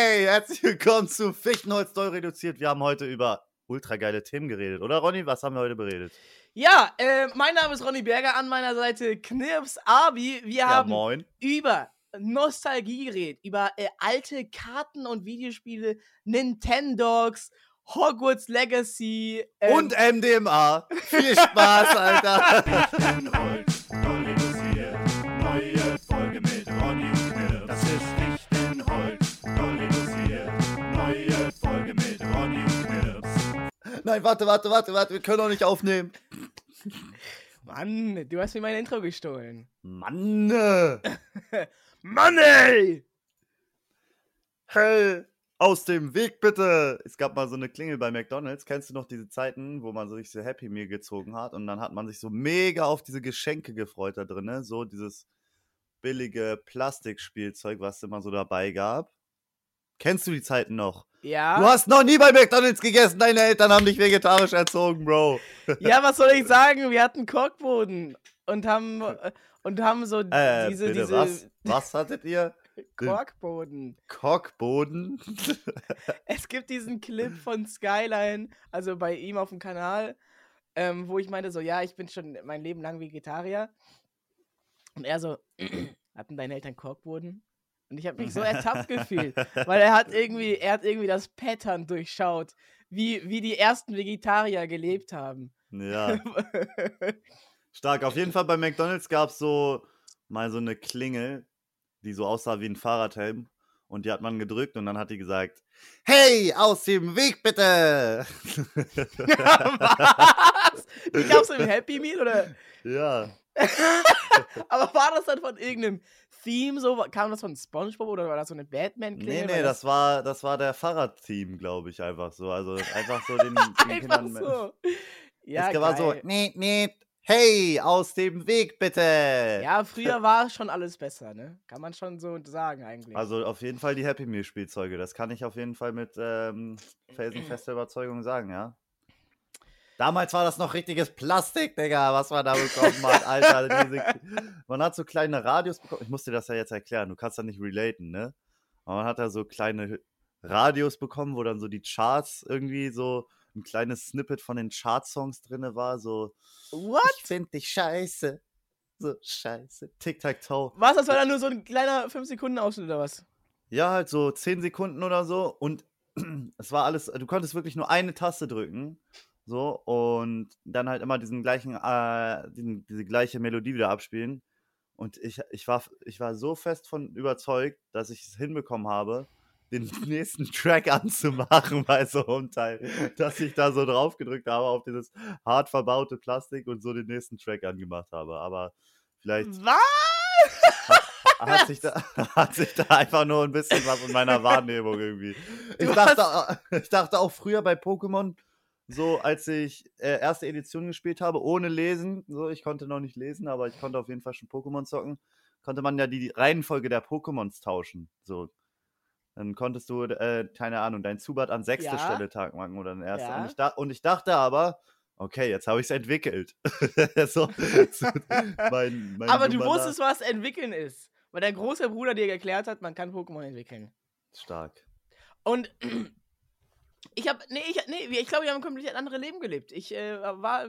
Hey, herzlich willkommen zu Fichtenholz neu reduziert. Wir haben heute über ultra geile Themen geredet, oder Ronny? Was haben wir heute beredet? Ja, mein Name ist Ronny Berger, an meiner Seite Knirps Abi. Wir haben moin. über Nostalgie geredet, über alte Karten und Videospiele, Nintendogs, Hogwarts Legacy Und MDMA. Viel Spaß, Alter. Fichtenholz neu reduziert. Neue Folge mit Ronny und Knirps. Das ist Fichtenholz neu reduziert. Neue Folge mit Ronny und Knirps. Nein, warte. Wir können doch nicht aufnehmen. Mann, du hast mir mein Intro gestohlen. Mann. Mann, ey! Hey, aus dem Weg bitte. Es gab mal so eine Klingel bei McDonald's. Kennst du noch diese Zeiten, wo man so sich so Happy Meal gezogen hat und dann hat man sich so mega auf diese Geschenke gefreut da drin, ne? So dieses billige Plastikspielzeug, was es immer so dabei gab. Kennst du die Zeiten noch? Ja. Du hast noch nie bei McDonald's gegessen, deine Eltern haben dich vegetarisch erzogen, Bro. Ja, was soll ich sagen? Wir hatten Korkboden und haben so diese Was hattet ihr? Korkboden. Korkboden? Es gibt diesen Clip von Skyline, also bei ihm auf dem Kanal, wo ich meinte so, ja, ich bin schon mein Leben lang Vegetarier. Und er so, hatten deine Eltern Korkboden? Und ich habe mich so ertappt gefühlt, weil er hat irgendwie das Pattern durchschaut, wie die ersten Vegetarier gelebt haben. Ja. Stark. Auf jeden Fall bei McDonald's gab es so mal so eine Klingel, die so aussah wie ein Fahrradhelm. Und die hat man gedrückt und dann hat die gesagt, hey, aus dem Weg bitte! Was? Die gab's im Happy Meal, oder? Ja. Aber war das dann von irgendeinem Theme so? Kam das von SpongeBob oder war das so eine Batman-Klingel? Nee, das war der Fahrradteam, glaube ich, einfach so. Also einfach so den einfach Kindern. so. Ja, Es war so, nee, hey, aus dem Weg bitte! Ja, früher war schon alles besser, ne? Kann man schon so sagen eigentlich. Also auf jeden Fall die Happy Meal Spielzeuge. Das kann ich auf jeden Fall mit felsenfester Überzeugung sagen, ja. Damals war das noch richtiges Plastik, Digga, was man da bekommen hat, Alter. Man hat so kleine Radios bekommen. Ich muss dir das ja jetzt erklären, du kannst da nicht relaten, ne? Aber man hat da so kleine Radios bekommen, wo dann so die Charts irgendwie so ein kleines Snippet von den Chartsongs drin war, so What? Ich find dich scheiße. So scheiße. Tic-Tac-Toe. Was, das war dann nur so ein kleiner 5-Sekunden-Ausschnitt oder was? Ja, halt so 10 Sekunden oder so. Und es war alles, du konntest wirklich nur eine Taste drücken. So, und dann halt immer diesen gleichen, diese gleiche Melodie wieder abspielen. Und ich war so fest von überzeugt, dass ich es hinbekommen habe, den nächsten Track anzumachen bei so einem Teil, dass ich da so drauf gedrückt habe auf dieses hart verbaute Plastik und so den nächsten Track angemacht habe. Aber vielleicht Was? hat sich da einfach nur ein bisschen was in meiner Wahrnehmung irgendwie. Ich dachte auch früher bei Pokémon, so als ich erste Edition gespielt habe, ohne Lesen, so ich konnte noch nicht lesen, aber ich konnte auf jeden Fall schon Pokémon zocken, konnte man ja die Reihenfolge der Pokémons tauschen, so. Dann konntest du, keine Ahnung, dein Zubat an 6. Ja. Stelle Tag machen oder an 1. Ja. Und ich dachte aber, okay, jetzt habe ich es entwickelt. So, aber du wusstest, was entwickeln ist. Weil dein großer Bruder dir erklärt hat, man kann Pokémon entwickeln. Stark. Und ich glaube, wir haben ein komplett anderes Leben gelebt. Ich war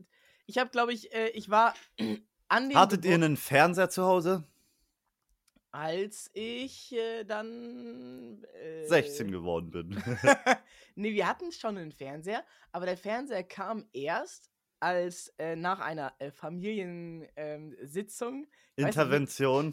an dem Hattet ihr einen Fernseher zu Hause? Als ich dann 16 geworden bin. Nee, wir hatten schon einen Fernseher, aber der Fernseher kam erst, als nach einer Familiensitzung Intervention.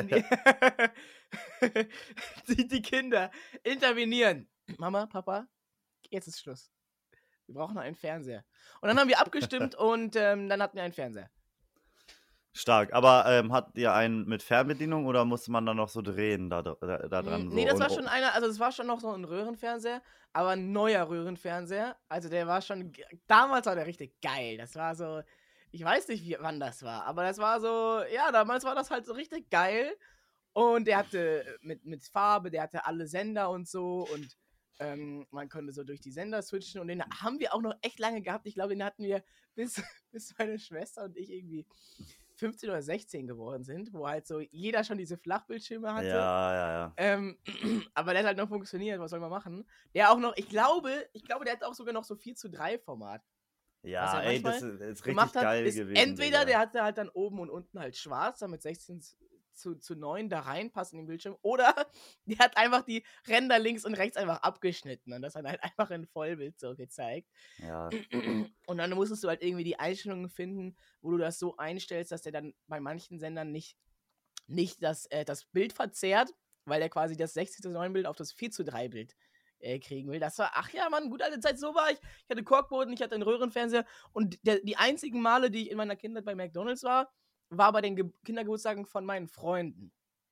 Die Kinder intervenieren. Mama, Papa, jetzt ist Schluss. Wir brauchen noch einen Fernseher. Und dann haben wir abgestimmt und dann hatten wir einen Fernseher. Stark. Aber habt ihr einen mit Fernbedienung oder musste man dann noch so drehen da dran? Nee, so? das war schon es war schon noch so ein Röhrenfernseher, aber ein neuer Röhrenfernseher. Also der war schon, damals war der richtig geil. Das war so, ich weiß nicht, wann das war, aber das war so, ja, damals war das halt so richtig geil. Und der hatte mit Farbe, der hatte alle Sender und so und man konnte so durch die Sender switchen und den haben wir auch noch echt lange gehabt. Ich glaube, den hatten wir bis meine Schwester und ich irgendwie 15 oder 16 geworden sind, wo halt so jeder schon diese Flachbildschirme hatte. Ja. Aber der hat halt noch funktioniert, was soll man machen? Der auch noch, ich glaube, der hat auch sogar noch so 4:3 Format. Ja, er ey, das manchmal ist richtig geil ist gewesen. entweder Digga. der hatte halt dann oben und unten halt schwarz, damit 16 zu 9 da reinpasst in den Bildschirm, oder der hat einfach die Ränder links und rechts einfach abgeschnitten und das dann halt einfach in Vollbild so gezeigt. Ja. Und dann musstest du halt irgendwie die Einstellungen finden, wo du das so einstellst, dass der dann bei manchen Sendern nicht das Bild verzerrt, weil er quasi das 16:9 Bild auf das 4:3 Bild kriegen will. Das war, ach ja, Mann, gute alte Zeit, so war ich. Ich hatte Korkboden, ich hatte einen Röhrenfernseher und die einzigen Male, die ich in meiner Kindheit bei McDonald's war bei den Kindergeburtstagen von meinen Freunden.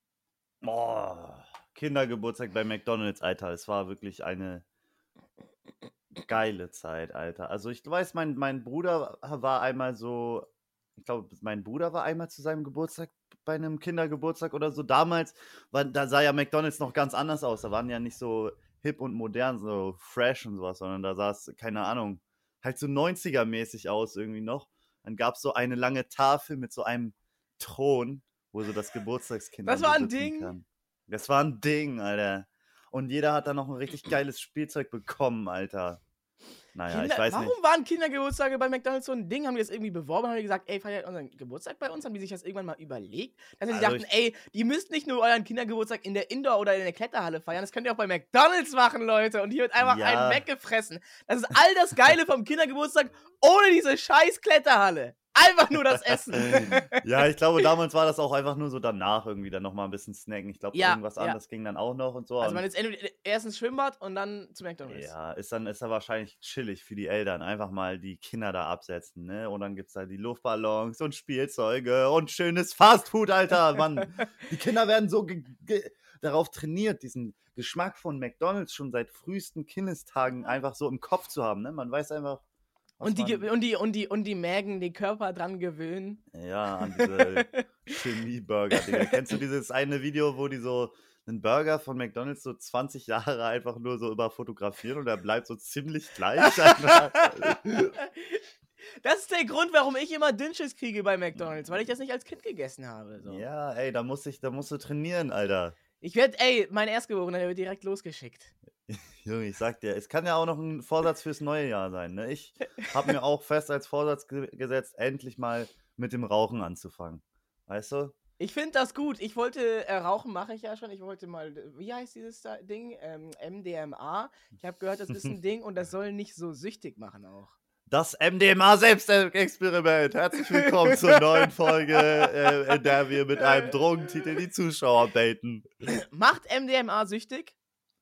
Boah, Kindergeburtstag bei McDonald's, Alter. Es war wirklich eine geile Zeit, Alter. Also ich weiß, mein Bruder war einmal so, ich glaube, mein Bruder war einmal zu seinem Geburtstag bei einem Kindergeburtstag oder so. Damals, da sah ja McDonald's noch ganz anders aus. Da waren ja nicht so hip und modern, so fresh und sowas, sondern da sah es, keine Ahnung, halt so 90er-mäßig aus irgendwie noch. Dann gab es so eine lange Tafel mit so einem Thron, wo so das Geburtstagskind Das dann war so ein sitzen Ding? kann. Das war ein Ding, Alter. Und jeder hat dann noch ein richtig geiles Spielzeug bekommen, Alter. Naja, ich weiß nicht. Warum waren Kindergeburtstage bei McDonald's so ein Ding? Haben die das irgendwie beworben? Haben die gesagt, ey, feiert unseren Geburtstag bei uns? Haben die sich das irgendwann mal überlegt? Dass sie Also dachten, ey, die müsst nicht nur euren Kindergeburtstag in der Indoor- oder in der Kletterhalle feiern, das könnt ihr auch bei McDonald's machen, Leute. Und hier wird einfach Ja. einen weggefressen. Das ist all das Geile vom Kindergeburtstag ohne diese scheiß Kletterhalle. Einfach nur das Essen. Ja, ich glaube, damals war das auch einfach nur so danach irgendwie dann nochmal ein bisschen snacken. Ich glaube, Ja, irgendwas ja. anderes ging dann auch noch und so. Also Und man ist erst ins Schwimmbad und dann zu McDonald's. ja, ist dann wahrscheinlich chillig für die Eltern. Einfach mal die Kinder da absetzen, ne? Und dann gibt's da die Luftballons und Spielzeuge und schönes Fastfood, Alter. Mann, die Kinder werden so darauf trainiert, diesen Geschmack von McDonald's schon seit frühesten Kindestagen einfach so im Kopf zu haben, ne? Man weiß einfach. Und die Mägen, den Körper dran gewöhnen. Ja, an diese Chemie-Burger, Digga. Kennst du dieses eine Video, wo die so einen Burger von McDonald's so 20 Jahre einfach nur so fotografieren und der bleibt so ziemlich gleich? Das ist der Grund, warum ich immer Dünnschiss kriege bei McDonald's, weil ich das nicht als Kind gegessen habe. So. Ja, ey, da musst du trainieren, Alter. Mein Erstgeborener, der wird direkt losgeschickt. Junge, ich sag dir, es kann ja auch noch ein Vorsatz fürs neue Jahr sein, ne? Ich habe mir auch fest als Vorsatz gesetzt, endlich mal mit dem Rauchen anzufangen. Weißt du? Ich finde das gut. Ich wollte, Rauchen mache ich ja schon. Ich wollte mal, wie heißt dieses Ding? MDMA. Ich habe gehört, das ist ein Ding und das soll nicht so süchtig machen auch. Das MDMA-Selbstexperiment. Herzlich willkommen zur neuen Folge, in der wir mit einem Drogentitel die Zuschauer baiten. Macht MDMA süchtig?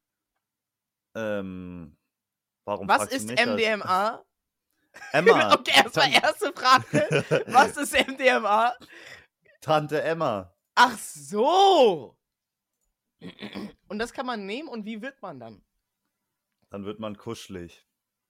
Warum Was fragst du ist mich MDMA? Das? Emma. Okay, erstmal erste Frage. Was ist MDMA? Tante Emma. Ach so. Und das kann man nehmen und wie wird man dann? Dann wird man kuschelig.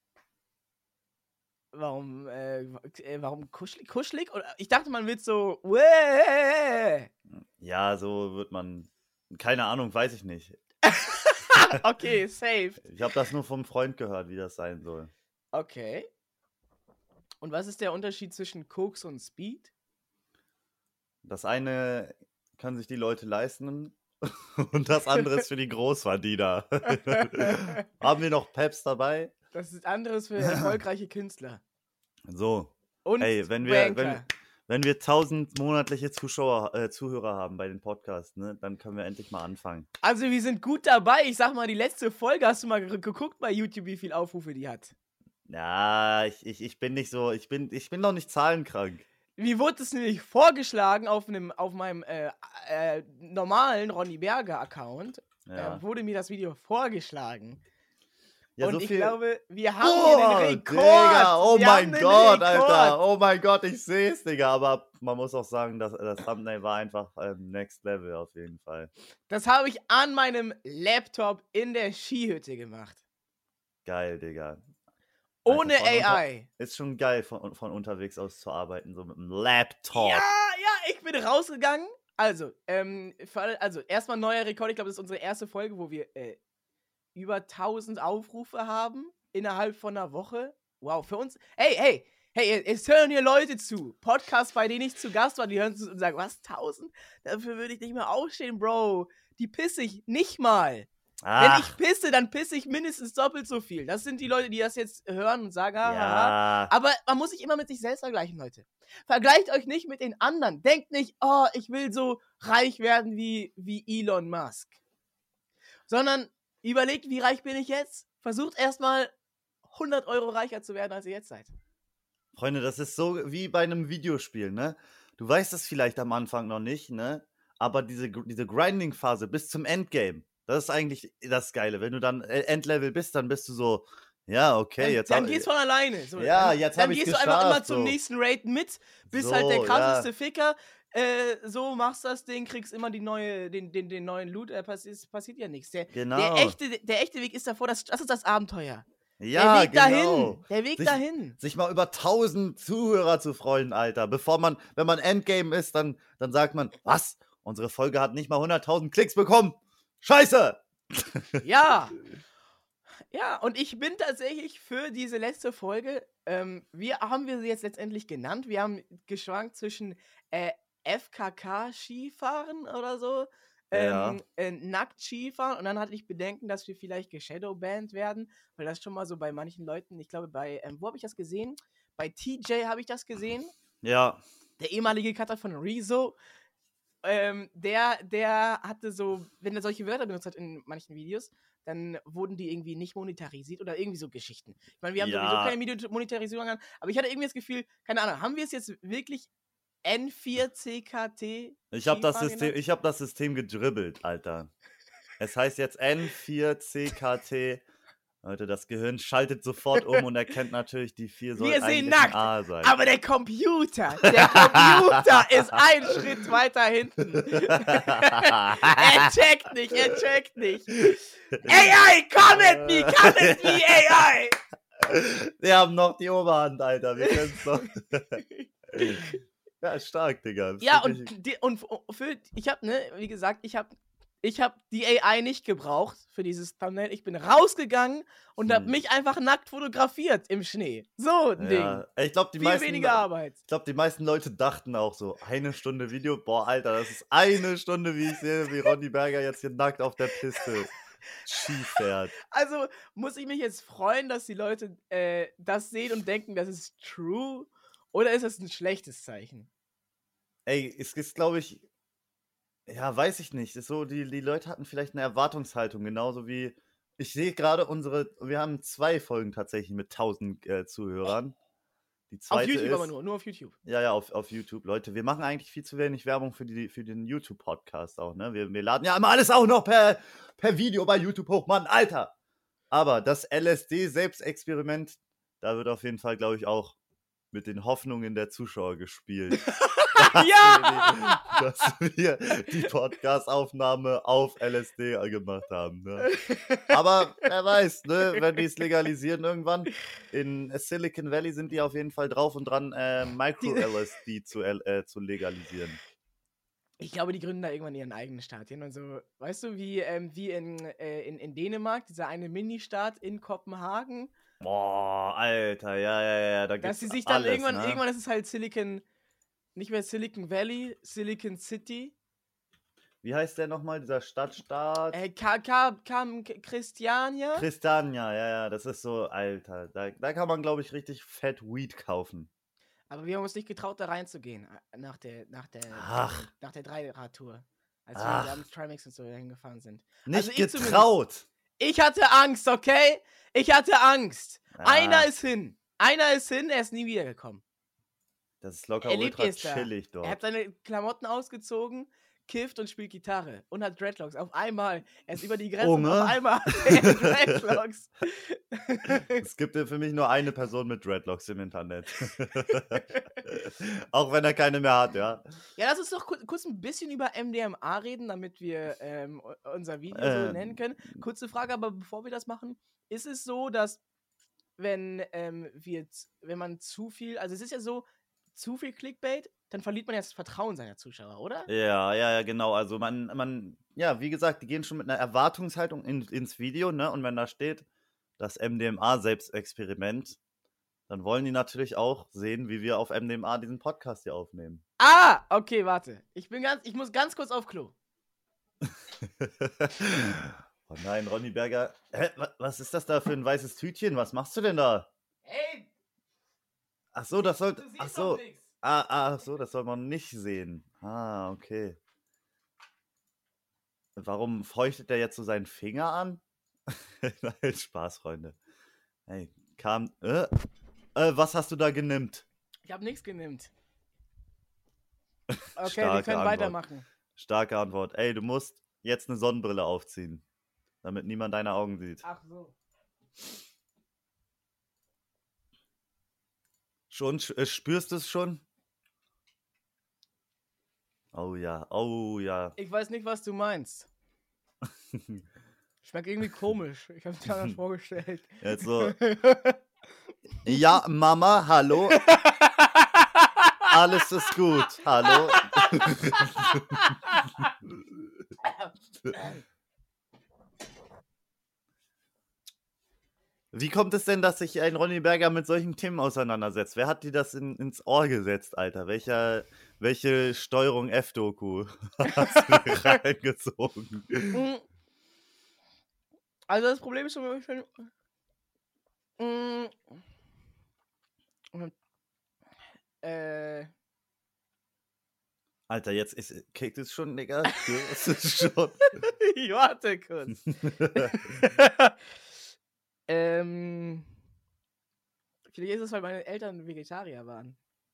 Warum kuschelig? Kuschelig? Oder ich dachte, man wird so. Wäh. Ja, so wird man. Keine Ahnung, weiß ich nicht. Okay, safe. Ich habe das nur vom Freund gehört, wie das sein soll. Okay. Und was ist der Unterschied zwischen Koks und Speed? Das eine können sich die Leute leisten und das andere ist für die Großverdiener. Haben wir noch Peps dabei? Das ist anderes für erfolgreiche Künstler. So. Und Ey, wenn wir 1000 monatliche Zuhörer haben bei den Podcasts, ne, dann können wir endlich mal anfangen. Also wir sind gut dabei. Ich sag mal, die letzte Folge, hast du mal geguckt bei YouTube, wie viele Aufrufe die hat? Ja, ich bin nicht so, ich bin noch nicht zahlenkrank. Mir wurde es nämlich vorgeschlagen auf meinem normalen Ronny Berger Account. Ja. Wurde mir das Video vorgeschlagen. Ja, und so ich viel. glaube, wir haben hier den Rekord. Digga, oh Wir mein haben den Gott, Rekord. Alter. Oh mein Gott, ich seh's, Digga. Aber man muss auch sagen, das Thumbnail war einfach next level auf jeden Fall. Das habe ich an meinem Laptop in der Skihütte gemacht. Geil, Digga. Ohne Einfach AI. Ist schon geil, von unterwegs aus zu arbeiten, so mit einem Laptop. Ja, ich bin rausgegangen. Also erstmal neuer Rekord. Ich glaube, das ist unsere erste Folge, wo wir über 1000 Aufrufe haben innerhalb von einer Woche. Wow, für uns. Hey, Hey, es hören hier Leute zu. Podcasts, bei denen ich zu Gast war, die hören zu und sagen, was, 1000? Dafür würde ich nicht mehr aufstehen, Bro. Die pisse ich nicht mal. Wenn ich Ach, pisse, dann pisse ich mindestens doppelt so viel. Das sind die Leute, die das jetzt hören und sagen, haha. ja. Aber man muss sich immer mit sich selbst vergleichen, Leute. Vergleicht euch nicht mit den anderen. Denkt nicht, oh, ich will so reich werden wie Elon Musk. Sondern überlegt, wie reich bin ich jetzt? Versucht erstmal 100 Euro reicher zu werden, als ihr jetzt seid. Freunde, das ist so wie bei einem Videospiel, ne? Du weißt es vielleicht am Anfang noch nicht, ne? Aber diese Grinding-Phase bis zum Endgame, das ist eigentlich das Geile. Wenn du dann Endlevel bist, dann bist du so, ja, okay, Dann geht's von alleine. So, Ja, jetzt hab dann ich's gehst du einfach immer geschafft, zum so. nächsten Raid mit, bist So, halt der ja. krasseste Ficker. So machst das Ding, kriegst immer den neuen Loot, passiert ja nichts. Genau. Der echte Weg ist davor, das ist das Abenteuer. Ja, der Weg genau. dahin. Der Weg Sich- dahin. Sich mal über 1000 Zuhörer zu freuen, Alter. Wenn man Endgame ist, dann sagt man, was? Unsere Folge hat nicht mal 100.000 Klicks bekommen. Scheiße! Ja. Ja, und ich bin tatsächlich für diese letzte Folge, haben wir sie jetzt letztendlich genannt. Wir haben geschwankt zwischen FKK-Skifahren oder so, Ja. nackt Skifahren, und dann hatte ich Bedenken, dass wir vielleicht geshadowbanned werden, weil das schon mal so bei manchen Leuten, ich glaube wo habe ich das gesehen? Bei TJ habe ich das gesehen, Ja. der ehemalige Cutter von Rezo. Der hatte so, wenn er solche Wörter benutzt hat in manchen Videos, dann wurden die irgendwie nicht monetarisiert oder irgendwie so Geschichten. Ich meine, wir haben Ja. sowieso keine Monetarisierung an, aber ich hatte irgendwie das Gefühl, keine Ahnung, haben wir es jetzt wirklich N4CKT? Ich habe das Skifahren System, genannt? ich habe das System gedribbelt, Alter. Es heißt jetzt N4CKT. Leute, das Gehirn schaltet sofort um und erkennt natürlich, die 4 soll Wir sehen eigentlich nackt, ein A sein. aber der Computer ist ein Schritt weiter hinten. Er checkt nicht. AI, come at me, AI! Wir haben noch die Oberhand, Alter. Wir können es noch. Ja, ist stark, Digga. Das Ja, ist wirklich- ich habe, ne, wie gesagt, ich hab die AI nicht gebraucht für dieses Thumbnail. Ich bin rausgegangen und hab mich einfach nackt fotografiert im Schnee. So ein Ding. Ja, ich glaube, Viel weniger Arbeit. Ich glaube, die meisten Leute dachten auch so, 1 Stunde Video, boah, Alter, das ist 1 Stunde, wie ich sehe, wie Ronny Berger jetzt hier nackt auf der Piste Ski fährt. Also muss ich mich jetzt freuen, dass die Leute das sehen und denken, das ist true? Oder ist das ein schlechtes Zeichen? Ey, es ist, glaube ich, ja, weiß ich nicht. Ist so, die Leute hatten vielleicht eine Erwartungshaltung, genauso wie, ich sehe gerade wir haben 2 Folgen tatsächlich mit 1000 Zuhörern. Die Auf zweite YouTube ist, aber nur auf YouTube. Ja, auf YouTube. Leute, wir machen eigentlich viel zu wenig Werbung für den YouTube-Podcast auch, ne? Wir laden ja immer alles auch noch per Video bei YouTube hoch, Mann, Alter! Aber das LSD-Selbstexperiment, da wird auf jeden Fall, glaube ich, auch mit den Hoffnungen der Zuschauer gespielt. Ja! Dass wir die Podcast-Aufnahme auf LSD gemacht haben. Ne? Aber wer weiß, ne, wenn die es legalisieren irgendwann. In Silicon Valley sind die auf jeden Fall drauf und dran, Micro-LSD zu legalisieren. Ich glaube, die gründen da irgendwann ihren eigenen Staat hin und so. Weißt du, wie in Dänemark, dieser eine Ministaat in Kopenhagen, Boah, Alter, ja, da gibt's dass sie sich dann alles, irgendwann ist es halt nicht mehr Silicon Valley, Silicon City. Wie heißt der nochmal, dieser Stadtstaat? Christiania? Christiania, ja, das ist so, Alter, da kann man, glaube ich, richtig fett Weed kaufen. Aber wir haben uns nicht getraut, da reinzugehen, nach der Ach. 3-Rad-Tour. Als Ach. wir da mit Trimax und so hingefahren sind. Nicht Also ich getraut! Ich hatte Angst, okay? Ich hatte Angst. Ah. Einer ist hin, er ist nie wiedergekommen. Das ist locker Er lebt ultra jetzt da. chillig dort. Er hat seine Klamotten ausgezogen, kifft und spielt Gitarre und hat Dreadlocks. Auf einmal, er ist über die Grenze und ne? auf einmal hat er Dreadlocks. Es gibt ja für mich nur eine Person mit Dreadlocks im Internet. Auch wenn er keine mehr hat, ja. Ja, lass uns doch kurz ein bisschen über MDMA reden, damit wir unser Video so nennen können. Kurze Frage, aber bevor wir das machen, ist es so, dass wenn man zu viel, also es ist ja so, zu viel Clickbait, dann verliert man ja das Vertrauen seiner Zuschauer, oder? Ja, genau. Also ja, wie gesagt, die gehen schon mit einer Erwartungshaltung ins Video, ne? Und wenn da steht, das MDMA-Selbstexperiment, dann wollen die natürlich auch sehen, wie wir auf MDMA diesen Podcast hier aufnehmen. Ah, okay, warte. Ich muss ganz kurz auf Klo. Oh nein, Ronny Berger. Hä, was ist das da für ein weißes Tütchen? Was machst du denn da? Hey, Ach so, das sollte. du Ach siehst so. doch nichts. Ach so, das soll man nicht sehen. Ah, okay. Warum feuchtet der jetzt so seinen Finger an? Nein, Spaß, Freunde. Hey, was hast du da genimmt? Ich habe nichts genimmt. Okay, wir Starke können Antwort. weitermachen. Starke Antwort. Ey, du musst jetzt eine Sonnenbrille aufziehen, damit niemand deine Augen sieht. Ach so. Spürst du es schon? Oh ja, oh ja. Ich weiß nicht, was du meinst. Schmeckt irgendwie komisch. Ich habe es mir anders vorgestellt. Jetzt so. Ja, Mama, hallo. Alles ist gut. Hallo. Wie kommt es denn, dass sich ein Ronny Berger mit solchen Themen auseinandersetzt? Wer hat dir das ins Ohr gesetzt, Alter? Welche Steuerung F-Doku hast du dir reingezogen? Also das Problem ist schon, Alter, jetzt kickt es schon, Digga. Das ist schon. ich warte kurz. Vielleicht ist es, weil meine Eltern Vegetarier waren.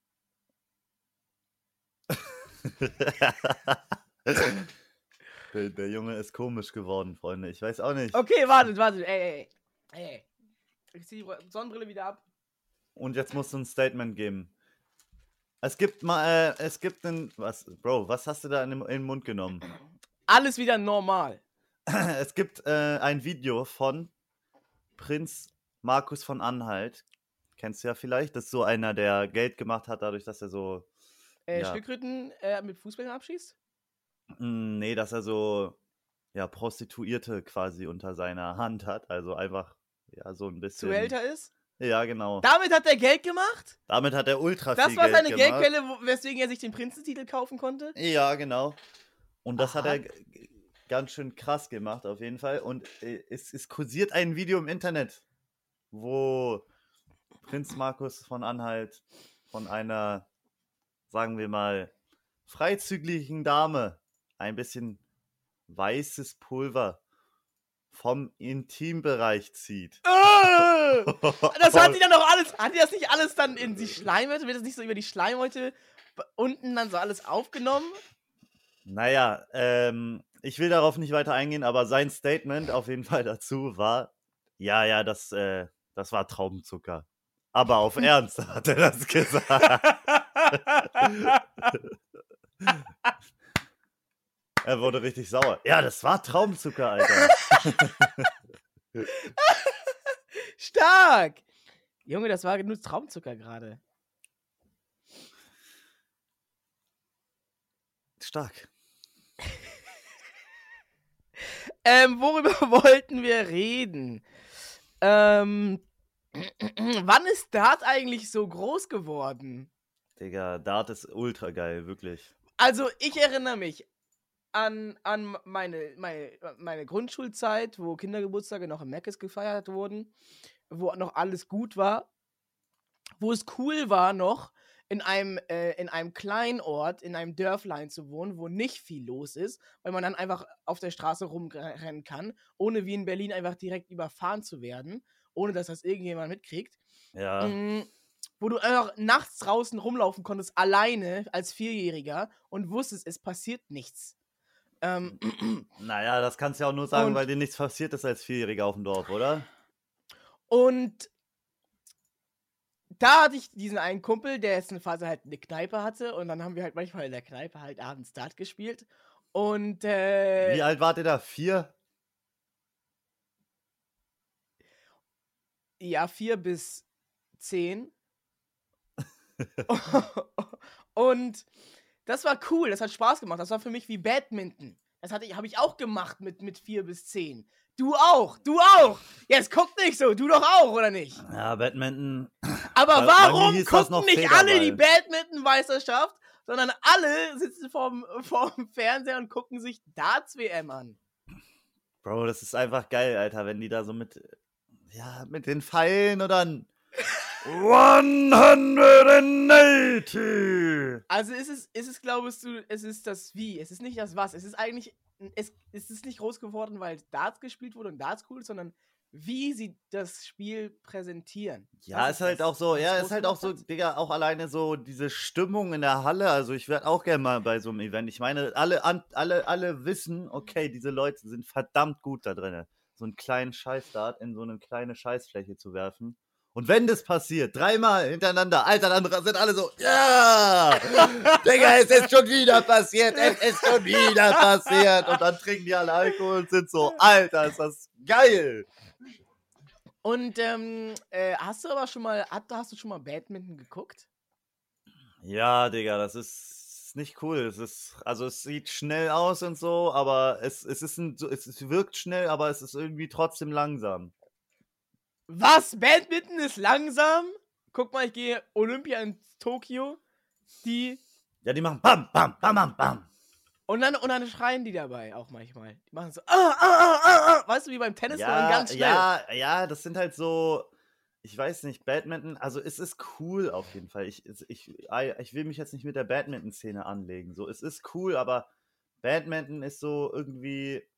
Der Junge ist komisch geworden, Freunde. Ich weiß auch nicht. Okay, wartet. Ey. Ich zieh die Sonnenbrille wieder ab. Und jetzt musst du ein Statement geben. Es gibt einen. Bro, was hast du da in den Mund genommen? Alles wieder normal. Es gibt ein Video von Prinz Markus von Anhalt. Kennst du ja vielleicht. Das ist so einer, der Geld gemacht hat, dadurch, dass er so. Ja. Schildkröten mit Fußbällen abschießt? Nee, dass er so Prostituierte quasi unter seiner Hand hat. Also einfach, so ein bisschen. Zuhälter ist? Ja, genau. Damit hat er Geld gemacht? Damit hat er ultra viel Das war Geld seine gemacht. Geldquelle, weswegen er sich den Prinzentitel kaufen konnte? Ja, genau. Und das hat Aha. er ganz schön krass gemacht, auf jeden Fall. Und es kursiert ein Video im Internet, wo Prinz Markus von Anhalt von einer, sagen wir mal, freizügigen Dame ein bisschen weißes Pulver vom Intimbereich zieht. Das hat die dann doch alles. Hat die das nicht alles dann in die Schleimhäute? Wird das nicht so über die Schleimhäute unten dann so alles aufgenommen? Naja, ich will darauf nicht weiter eingehen, aber sein Statement auf jeden Fall dazu war, das war Traubenzucker. Aber auf Ernst hat er das gesagt. Er wurde richtig sauer. Ja, das war Traubenzucker, Alter. Stark! Junge, das war nur Traumzucker gerade. Stark. Worüber wollten wir reden? Wann ist Dart eigentlich so groß geworden? Digga, Dart ist ultra geil, wirklich. Also, ich erinnere mich an meine Grundschulzeit, wo Kindergeburtstage noch im Meckes gefeiert wurden, wo noch alles gut war, wo es cool war noch, in einem kleinen Ort, in einem Dörflein zu wohnen, wo nicht viel los ist, weil man dann einfach auf der Straße rumrennen kann, ohne wie in Berlin einfach direkt überfahren zu werden, ohne dass das irgendjemand mitkriegt. Ja. Wo du einfach nachts draußen rumlaufen konntest, alleine als Vierjähriger und wusstest, es passiert nichts. Naja, das kannst du ja auch nur sagen, weil dir nichts passiert ist als Vierjähriger auf dem Dorf, oder? Und da hatte ich diesen einen Kumpel, der jetzt eine Phase halt eine Kneipe hatte und dann haben wir halt manchmal in der Kneipe halt abends Dart gespielt und Wie alt wart ihr da? 4? Ja, 4 bis 10. Und das war cool, das hat Spaß gemacht. Das war für mich wie Badminton. Das habe ich auch gemacht mit 4 bis 10. Du auch! Jetzt guck nicht so, du doch auch, oder nicht? Ja, Badminton. Aber Bei mir warum hieß das gucken noch nicht alle die Federball. Badminton-Meisterschaft, sondern alle sitzen vorm Fernseher und gucken sich Darts-WM an? Bro, das ist einfach geil, Alter, wenn die da so mit den Pfeilen und dann 180. Also ist es, glaubst du, es ist das Wie, es ist nicht das Was, es ist eigentlich, es ist nicht groß geworden, weil Darts gespielt wurde und Darts cool ist, sondern wie sie das Spiel präsentieren. Ja, Das ist halt das, auch so, was ja, groß ist halt auch gemacht so, hat. Digga, auch alleine so diese Stimmung in der Halle. Also ich werde auch gerne mal bei so einem Event. Ich meine, alle wissen, okay, diese Leute sind verdammt gut da drin, so einen kleinen Scheißdart in so eine kleine Scheißfläche zu werfen. Und wenn das passiert, 3-mal hintereinander, Alter, dann sind alle so, ja, Digga, es ist schon wieder passiert, es ist schon wieder passiert. Und dann trinken die alle Alkohol und sind so, Alter, ist das geil. Und hast du schon mal Badminton geguckt? Ja, Digga, das ist nicht cool. Es sieht schnell aus und so, aber es wirkt schnell, aber es ist irgendwie trotzdem langsam. Was? Badminton ist langsam? Guck mal, ich gehe Olympia in Tokio. Die. Ja, die machen bam, bam, bam, bam, bam. Und dann schreien die dabei auch manchmal. Die machen so. Weißt du, wie beim Tennis, sondern ganz schnell. Ja, das sind halt so, ich weiß nicht, Badminton, also es ist cool auf jeden Fall. Ich will mich jetzt nicht mit der Badminton-Szene anlegen. So, es ist cool, aber Badminton ist so irgendwie.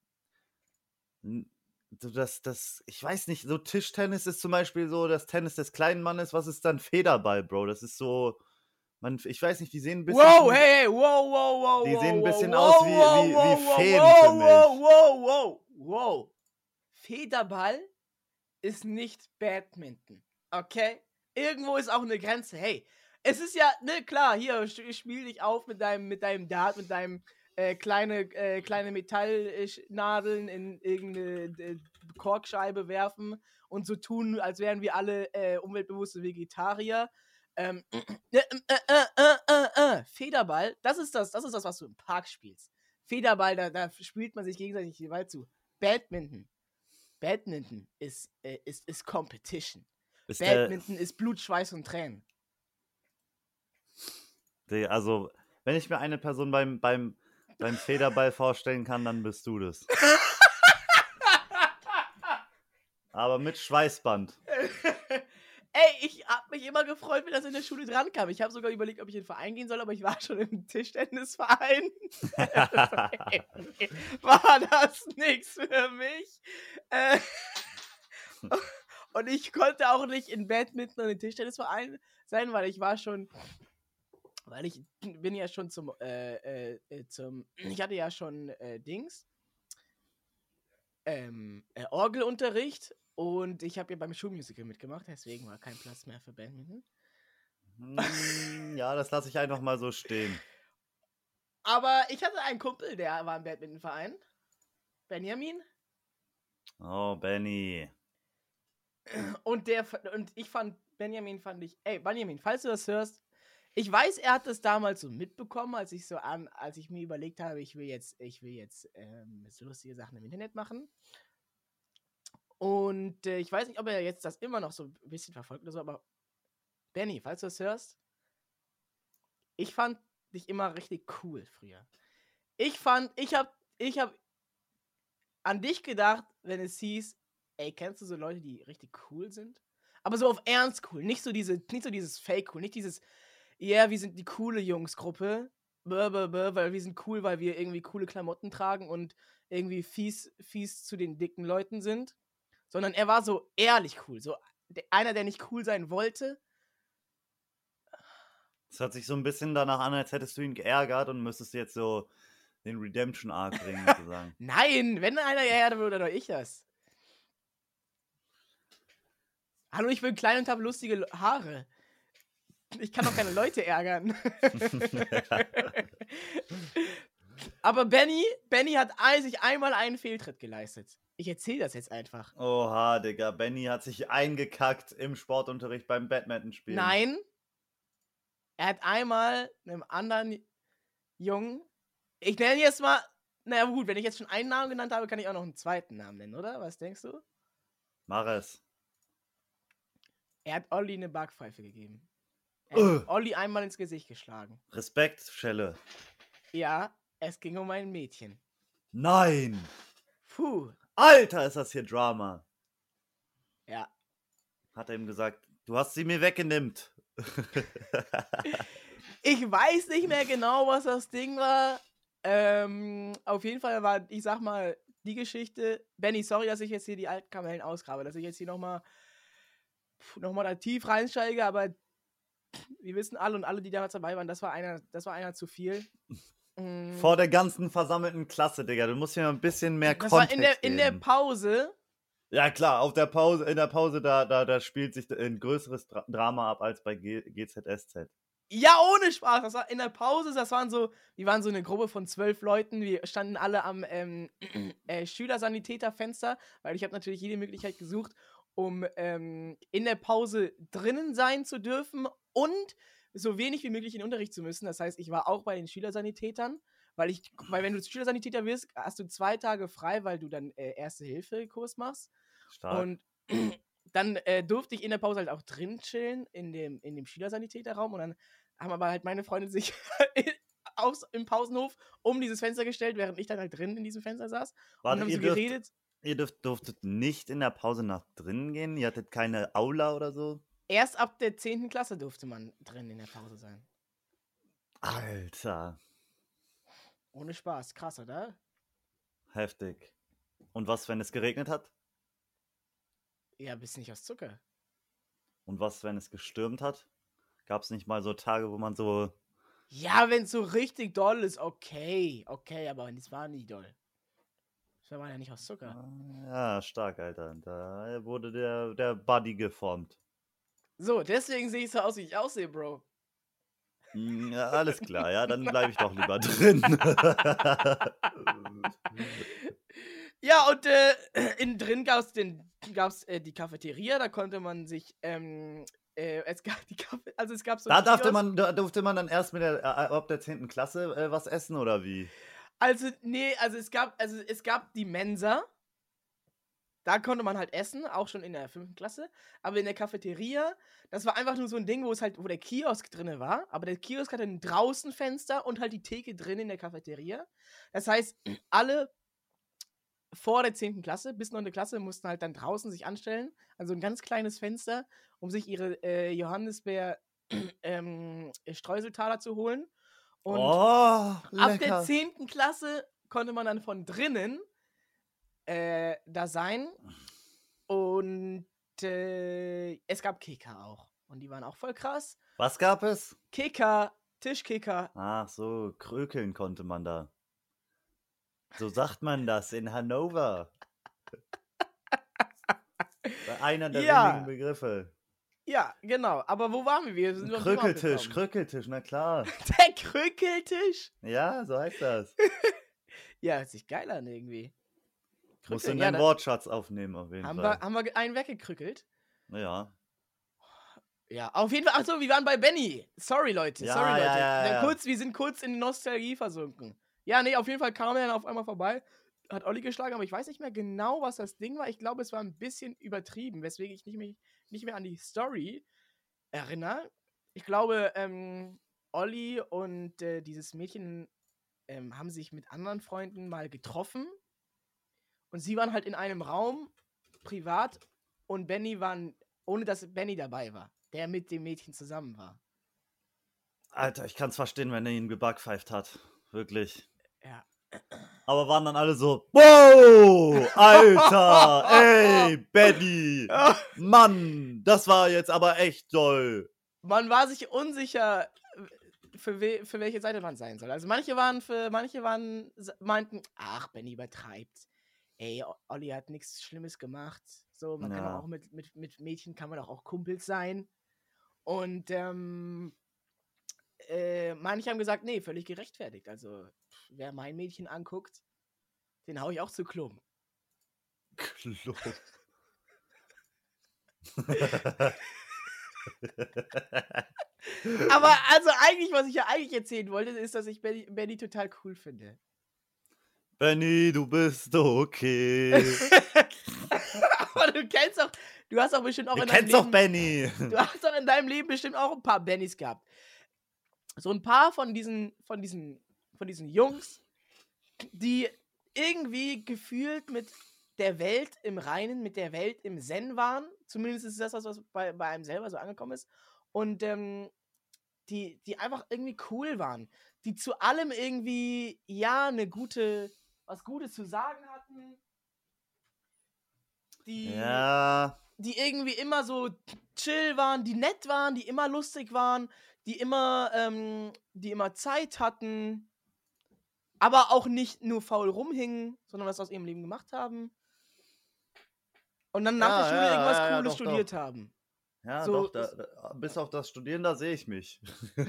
So ich weiß nicht, so Tischtennis ist zum Beispiel so das Tennis des kleinen Mannes. Was ist dann Federball, Bro? Das ist so, ich weiß nicht, die sehen ein bisschen. Wow, hey, wow. Die sehen ein bisschen wow, aus wie Feen für mich. Wow. Federball ist nicht Badminton, okay? Irgendwo ist auch eine Grenze. Hey, es ist ja, ne, klar, hier, spiel dich auf mit deinem Dart, mit deinem kleine Metallnadeln in irgendeine Korkscheibe werfen und so tun, als wären wir alle umweltbewusste Vegetarier. Federball, das ist das, was du im Park spielst. Federball, da spielt man sich gegenseitig die Gewalt zu. Badminton ist Competition. Badminton ist Blut, Schweiß und Tränen. Also, wenn ich mir eine Person beim Federball vorstellen kann, dann bist du das. Aber mit Schweißband. Ey, ich hab mich immer gefreut, wenn das in der Schule dran kam. Ich habe sogar überlegt, ob ich in den Verein gehen soll, aber ich war schon im Tischtennisverein. War das nichts für mich? Und ich konnte auch nicht in Badminton und im Tischtennisverein sein, weil ich bin ja schon ich hatte ja schon Orgelunterricht und ich habe ja beim Schulmusical mitgemacht, deswegen war kein Platz mehr für Badminton. Ja, das lasse ich einfach mal so stehen. Aber ich hatte einen Kumpel, der war im Badmintonverein. Benjamin. Oh, Benny. Und Benjamin, falls du das hörst, ich weiß, er hat das damals so mitbekommen, als ich mir überlegt habe, ich will jetzt so lustige Sachen im Internet machen. Und ich weiß nicht, ob er jetzt das immer noch so ein bisschen verfolgt oder so, aber Benny, falls du das hörst, ich fand dich immer richtig cool früher. Ich hab an dich gedacht, wenn es hieß, ey, kennst du so Leute, die richtig cool sind? Aber so auf Ernst cool, nicht so dieses Fake cool, nicht dieses, yeah, wir sind die coole Jungsgruppe, weil wir sind cool, weil wir irgendwie coole Klamotten tragen und irgendwie fies zu den dicken Leuten sind, sondern er war so ehrlich cool, so einer, der nicht cool sein wollte. Es hört sich so ein bisschen danach an, als hättest du ihn geärgert und müsstest jetzt so den Redemption-Arc bringen, sozusagen. Nein, wenn einer geärgert würde, dann doch ich das. Hallo, ich bin klein und habe lustige Haare. Ich kann doch keine Leute ärgern. Aber Benny hat sich einmal einen Fehltritt geleistet. Ich erzähle das jetzt einfach. Oha, Digga. Benny hat sich eingekackt im Sportunterricht beim Badminton-Spielen. Nein. Er hat einmal einem anderen Jungen, ich nenne jetzt mal, naja gut, wenn ich jetzt schon einen Namen genannt habe, kann ich auch noch einen zweiten Namen nennen, oder? Was denkst du? Mach es. Er hat Olli eine Backpfeife gegeben. Er hat Olli einmal ins Gesicht geschlagen. Respekt, Schelle. Ja, es ging um ein Mädchen. Nein! Puh. Alter, ist das hier Drama. Ja. Hat er ihm gesagt, du hast sie mir weggenimmt. Ich weiß nicht mehr genau, was das Ding war. Auf jeden Fall war, ich sag mal, die Geschichte. Benny, sorry, dass ich jetzt hier die alten Kamellen ausgrabe, dass ich jetzt hier nochmal da tief reinsteige, aber wir wissen alle und alle, die damals dabei waren, das war einer zu viel. Vor der ganzen versammelten Klasse, Digga. Du musst hier mal ein bisschen mehr Das Kontext war in der geben. Pause. Ja klar, in der Pause, da spielt sich ein größeres Drama ab als bei GZSZ. Ja, ohne Spaß. Das war in der Pause, wir waren so eine Gruppe von 12 Leuten. Wir standen alle am Schülersanitäterfenster, weil ich habe natürlich jede Möglichkeit gesucht, um in der Pause drinnen sein zu dürfen und so wenig wie möglich in den Unterricht zu müssen. Das heißt, ich war auch bei den Schülersanitätern, weil wenn du Schülersanitäter wirst, hast du 2 Tage frei, weil du dann Erste-Hilfe-Kurs machst. Stark. Und dann durfte ich in der Pause halt auch drin chillen, in dem Schülersanitäterraum. Und dann haben aber halt meine Freunde sich im Pausenhof um dieses Fenster gestellt, während ich dann halt drin in diesem Fenster saß. Warte, und haben so geredet. Ihr durftet nicht in der Pause nach drinnen gehen? Ihr hattet keine Aula oder so? Erst ab der 10. Klasse durfte man drin in der Pause sein. Alter. Ohne Spaß. Krass, oder? Heftig. Und was, wenn es geregnet hat? Ja, bist nicht aus Zucker. Und was, wenn es gestürmt hat? Gab es nicht mal so Tage, wo man so... Ja, wenn es so richtig doll ist, okay. Okay, aber es war nie doll. Das war ja nicht aus Zucker. Ja, stark, Alter. Da wurde der Buddy geformt. So, deswegen sehe ich so aus, wie ich aussehe, Bro. Ja, alles klar, ja, dann bleibe ich doch lieber drin. Ja, und innen drin gab's die Cafeteria, da konnte man sich, es gab so Da einen durfte man dann erst ab der 10. Klasse was essen, oder wie? Also, nee, es gab die Mensa. Da konnte man halt essen, auch schon in der 5. Klasse. Aber in der Cafeteria, das war einfach nur so ein Ding, wo der Kiosk drin war. Aber der Kiosk hatte ein Draußenfenster und halt die Theke drin in der Cafeteria. Das heißt, alle vor der 10. Klasse bis 9. Klasse mussten halt dann draußen sich anstellen. Also ein ganz kleines Fenster, um sich ihre Johannisbeer-Streuseltaler zu holen. Und ab der 10. Klasse konnte man dann von drinnen da sein. Und es gab Kicker auch. Und die waren auch voll krass. Was gab es? Kicker, Tischkicker. Ach so, krökeln konnte man da. So sagt man das in Hannover. Einer der wenigen Begriffe. Ja, genau. Aber wo waren wir? Sind Krökeltisch, na klar. Der Krökeltisch? Ja, so heißt das. Ja, hört sich geil an irgendwie. Musst du in deinen Wortschatz aufnehmen, auf jeden Fall. Haben wir einen weggekrückelt? Ja. Ja, auf jeden Fall. Achso, wir waren bei Benny. Sorry, Leute. Ja. Wir sind kurz in Nostalgie versunken. Ja, nee, auf jeden Fall kam er dann auf einmal vorbei, hat Olli geschlagen, aber ich weiß nicht mehr genau, was das Ding war. Ich glaube, es war ein bisschen übertrieben, weswegen ich nicht mehr an die Story erinnere. Ich glaube, Olli und dieses Mädchen haben sich mit anderen Freunden mal getroffen und sie waren halt in einem Raum, privat, und Benny waren, ohne dass Benny dabei war, der mit dem Mädchen zusammen war. Alter, ich kann's verstehen, wenn er ihn gebackpfeift hat. Wirklich. Ja. Aber waren dann alle so, wow, Alter, ey, Benny, Mann, das war jetzt aber echt toll. Man war sich unsicher, für welche Seite man sein soll. Also manche meinten, ach, Benny übertreibt. Ey, Olli hat nichts Schlimmes gemacht. So, man kann auch mit Mädchen kann man auch Kumpels sein. Und manche haben gesagt, nee, völlig gerechtfertigt. Also, wer mein Mädchen anguckt, den hau ich auch zu Klump. Klump. Aber also eigentlich, was ich ja eigentlich erzählen wollte, ist, dass ich Benny total cool finde. Benny, du bist okay. Aber Aber du hast auch bestimmt auch Ihr in deinem kennt's doch, Leben, Benny. du hast doch in deinem Leben bestimmt auch ein paar Bennys gehabt. So ein paar von diesen Jungs, die irgendwie gefühlt mit der Welt im Reinen, mit der Welt im Zen waren. Zumindest ist das, was bei einem selber so angekommen ist. Und die einfach irgendwie cool waren. Die zu allem irgendwie, ja, was Gutes zu sagen hatten. Ja. Die irgendwie immer so chill waren, die nett waren, die immer lustig waren, die immer Zeit hatten, aber auch nicht nur faul rumhingen, sondern was aus ihrem Leben gemacht haben. Und dann nach der Schule irgendwas Cooles doch, studiert doch. haben. Ja, So- doch, bis auf das Studieren, da sehe ich mich.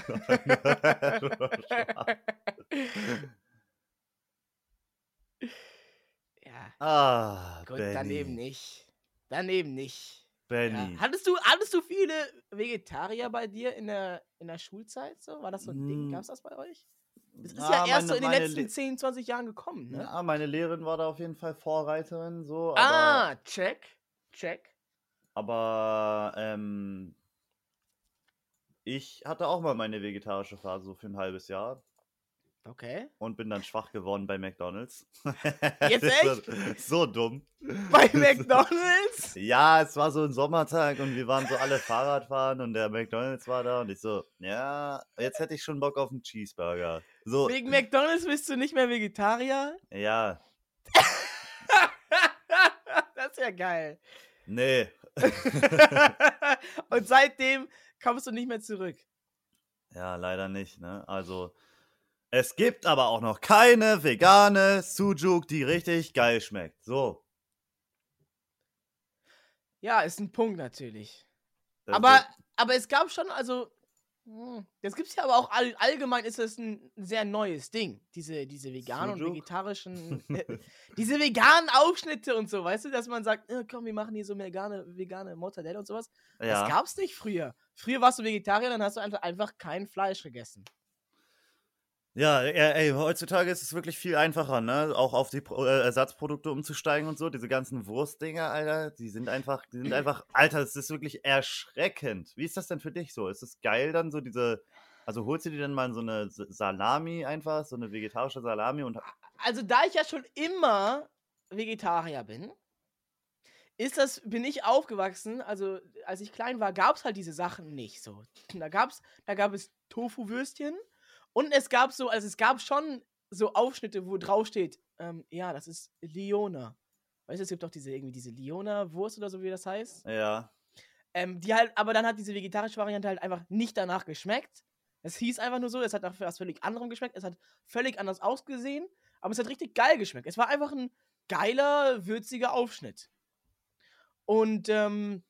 Ja, gut, Benny. Daneben nicht. Benny. Ja. Hattest du viele Vegetarier bei dir in der Schulzeit? So? War das so ein Ding? Gab's das bei euch? Das ist ja erst so in den letzten 10, 20 Jahren gekommen, ne? Ja, meine Lehrerin war da auf jeden Fall Vorreiterin, so, aber, Check. aber ich hatte auch mal meine vegetarische Phase so für ein halbes Jahr Okay. und bin dann schwach geworden bei McDonald's. Jetzt Das echt? ist so dumm. Bei McDonald's? Ja, es war so ein Sommertag und wir waren so alle Fahrradfahren und der McDonald's war da und ich so, ja, jetzt hätte ich schon Bock auf einen Cheeseburger. So, Wegen McDonald's bist du nicht mehr Vegetarier? ja, Das ist ja geil. nee. Und seitdem kommst du nicht mehr zurück. Ja, leider nicht, ne? Also, es gibt aber auch noch keine vegane Sujuk, die richtig geil schmeckt. So. Ja, ist ein Punkt natürlich. Das Aber es gab schon, also, das gibt's ja aber auch allgemein ist das ein sehr neues Ding. Diese veganen und Sujuk? vegetarischen, diese veganen Aufschnitte und so, weißt du, dass man sagt, komm, wir machen hier so vegane Mortadella und sowas. Ja. Das gab's nicht früher. Früher warst du Vegetarier, dann hast du einfach kein Fleisch gegessen. Ja, ey, heutzutage ist es wirklich viel einfacher, ne? Auch auf die Ersatzprodukte umzusteigen und so. Diese ganzen Wurstdinger, Alter, die sind einfach, Alter, das ist wirklich erschreckend. Wie ist das denn für dich so? Ist es geil dann so also holst du dir dann mal so eine Salami einfach, so eine vegetarische Salami und Also, da ich ja schon immer Vegetarier bin, bin ich aufgewachsen, also als ich klein war, gab es halt diese Sachen nicht so. Da gab es Tofu-Würstchen und es gab schon so Aufschnitte, wo drauf steht, ja, das ist Liona. Weißt du, es gibt doch diese Liona-Wurst oder so, wie das heißt. ja. Die halt, aber dann hat diese vegetarische Variante halt einfach nicht danach geschmeckt. Es hieß einfach nur so, es hat nach was völlig anderem geschmeckt, es hat völlig anders ausgesehen, aber es hat richtig geil geschmeckt. Es war einfach ein geiler, würziger Aufschnitt. Und, und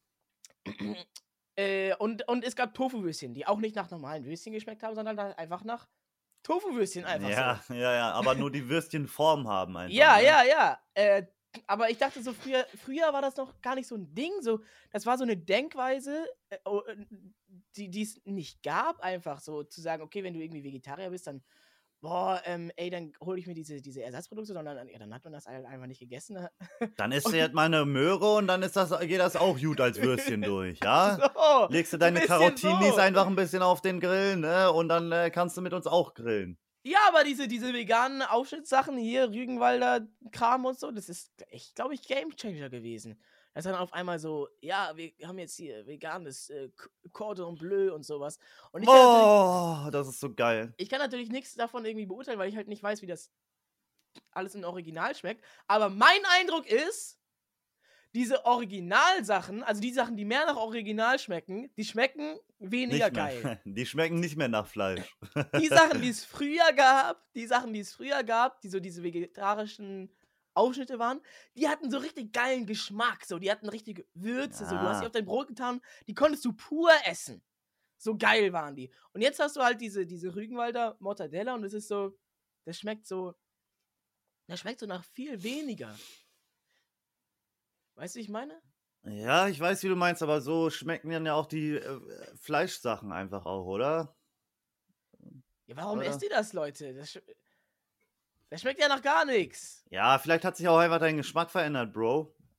es gab Tofu-Würstchen, die auch nicht nach normalen Würstchen geschmeckt haben, sondern halt einfach nach Tofu-Würstchen einfach Ja, so. ja, aber nur die Würstchenform haben einfach. Ja, ne? ja. Aber ich dachte so, früher war das noch gar nicht so ein Ding. So, das war so eine Denkweise, die es nicht gab, einfach so zu sagen, okay, wenn du irgendwie Vegetarier bist, dann, dann hole ich mir diese Ersatzprodukte, sondern dann hat man das halt einfach nicht gegessen. Ne? Dann isst du jetzt mal eine Möhre und dann geht das auch gut als Würstchen durch, ja? So, Legst du deine ein bisschen Karotinis so. einfach ein bisschen auf den Grill, ne? Und dann kannst du mit uns auch grillen. Ja, aber diese veganen Aufschnittssachen hier, Rügenwalder Kram und so, das ist echt, glaube ich, Gamechanger gewesen. Das ist dann auf einmal so, ja, wir haben jetzt hier veganes Cordon Bleu und sowas. Und Das ist so geil. ich kann natürlich nichts davon irgendwie beurteilen, weil ich halt nicht weiß, wie das alles im Original schmeckt. Aber mein Eindruck ist, diese Originalsachen, also die Sachen, die mehr nach Original schmecken, die schmecken weniger Nicht mehr. geil. Die schmecken nicht mehr nach Fleisch. Die Sachen, die es früher gab, die so diese vegetarischen Aufschnitte waren, die hatten so richtig geilen Geschmack, so, die hatten richtige Würze, so, du hast Ja. die auf dein Brot getan, die konntest du pur essen. So geil waren die. Und jetzt hast du halt diese Rügenwalder Mortadella und es ist so, das schmeckt so nach viel weniger. Weißt du, wie ich meine? Ja, ich weiß, wie du meinst, aber so schmecken dann ja auch die Fleischsachen einfach auch, oder? Ja, warum Oder? esst ihr das, Leute? Das schmeckt ja nach gar nichts. Ja, vielleicht hat sich auch einfach dein Geschmack verändert, Bro.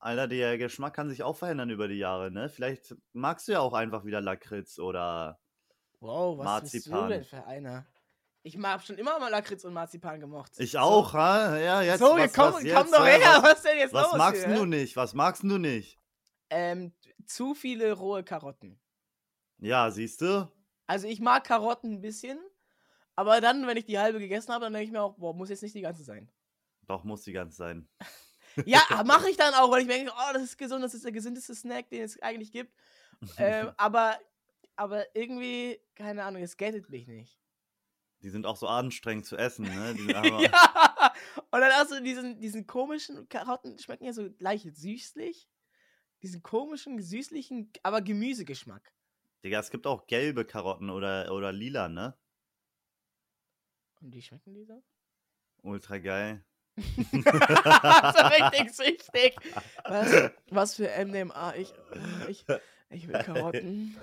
Alter, der Geschmack kann sich auch verändern über die Jahre, ne? Vielleicht magst du ja auch einfach wieder Lakritz oder Wow, was bist du denn Marzipan. für einer? Ich hab schon immer mal Lakritz und Marzipan gemocht. Ich So. auch, ha? Ja, jetzt, So, was komm jetzt? doch her, was denn jetzt Was los magst hier? du nicht? Was magst du nicht? Zu viele rohe Karotten. Ja, siehst du? Also ich mag Karotten ein bisschen, aber dann, wenn ich die halbe gegessen habe, dann denke ich mir auch, boah, muss jetzt nicht die ganze sein. Doch, muss die ganze sein. Ja, mache ich dann auch, weil ich mir denke, oh, das ist gesund, das ist der gesündeste Snack, den es eigentlich gibt. Aber irgendwie, keine Ahnung, es gettet mich nicht. Die sind auch so anstrengend zu essen, ne? Die sind einfach, Ja! Und dann hast du diesen komischen Karotten, schmecken ja so leicht süßlich. Diesen komischen, süßlichen, aber Gemüsegeschmack. Digga, es gibt auch gelbe Karotten oder lila, ne? Und wie schmecken die so? Ultra geil. So richtig süchtig. Was für MDMA? Ich will Karotten.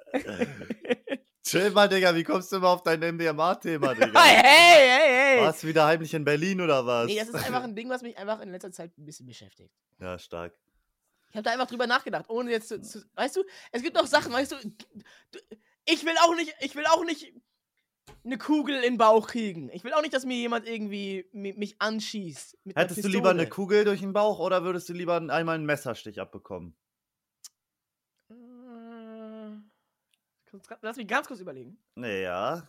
Chill mal, Digga, wie kommst du immer auf dein MDMA-Thema, Digga? Hey! Warst du wieder heimlich in Berlin oder was? Nee, das ist einfach ein Ding, was mich einfach in letzter Zeit ein bisschen beschäftigt. Ja, stark. Ich habe da einfach drüber nachgedacht, ohne jetzt weißt du, es gibt auch Sachen, weißt du, ich will auch nicht eine Kugel in den Bauch kriegen. Ich will auch nicht, dass mir jemand irgendwie mich anschießt. Mit einer Hättest du lieber eine Pistole. Kugel durch den Bauch oder würdest du lieber einmal einen Messerstich abbekommen? Lass mich ganz kurz überlegen. Ja.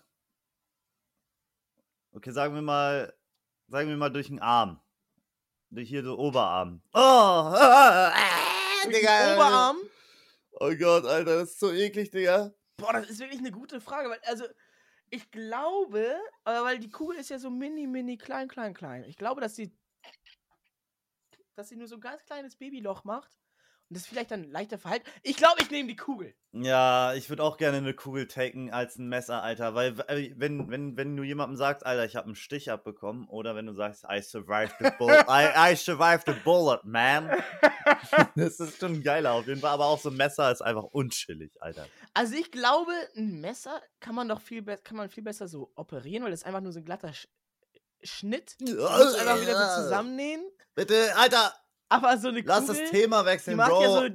Okay, sagen wir mal durch den Arm. Durch hier so Oberarm. Oh! Durch den Digga. Oberarm? Oh Gott, Alter, das ist so eklig, Digga. Boah, das ist wirklich eine gute Frage, weil, also, ich glaube, weil die Kugel ist ja so mini, klein. Ich glaube, dass sie nur so ein ganz kleines Babyloch macht und das vielleicht dann leichter verhalten. Ich glaube, ich nehme die Kugel. Ja, ich würde auch gerne eine Kugel taken als ein Messer, Alter. Weil, wenn du jemandem sagst, Alter, ich habe einen Stich abbekommen, oder wenn du sagst, I survived the bullet, I survived the bullet, man. Das ist schon geiler auf jeden Fall, aber auch so ein Messer ist einfach unchillig, Alter. Also ich glaube, ein Messer kann man viel besser so operieren, weil das ist einfach nur so ein glatter Schnitt. Du musst einfach wieder so zusammennähen. Bitte, Alter, Aber so eine lass Kugel, das Thema die wechseln, macht Bro. ja so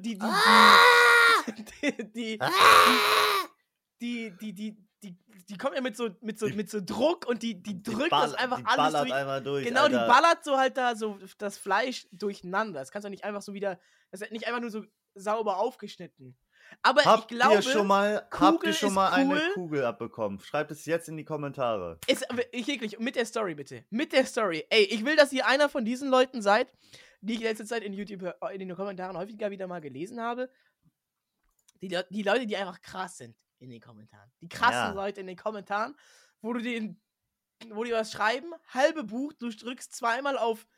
die kommt ja mit so Druck und die drückt das einfach alles ballert durch. einmal durch, Genau, Alter. die ballert so halt da so das Fleisch durcheinander. Das kannst du nicht einfach so wieder, das ist nicht einfach nur so sauber aufgeschnitten. Aber Habt ich glaube, ihr schon mal Kugel eine ist cool. Kugel abbekommen? Schreibt es jetzt in die Kommentare. Wirklich, mit der Story bitte. Mit der Story. Ey, ich will, dass ihr einer von diesen Leuten seid, die ich letzte Zeit in YouTube, in den Kommentaren häufiger wieder mal gelesen habe. Die Leute, die einfach krass sind in den Kommentaren. Die krassen Leute in den Kommentaren, wo die was schreiben, halbe Buch, du drückst zweimal auf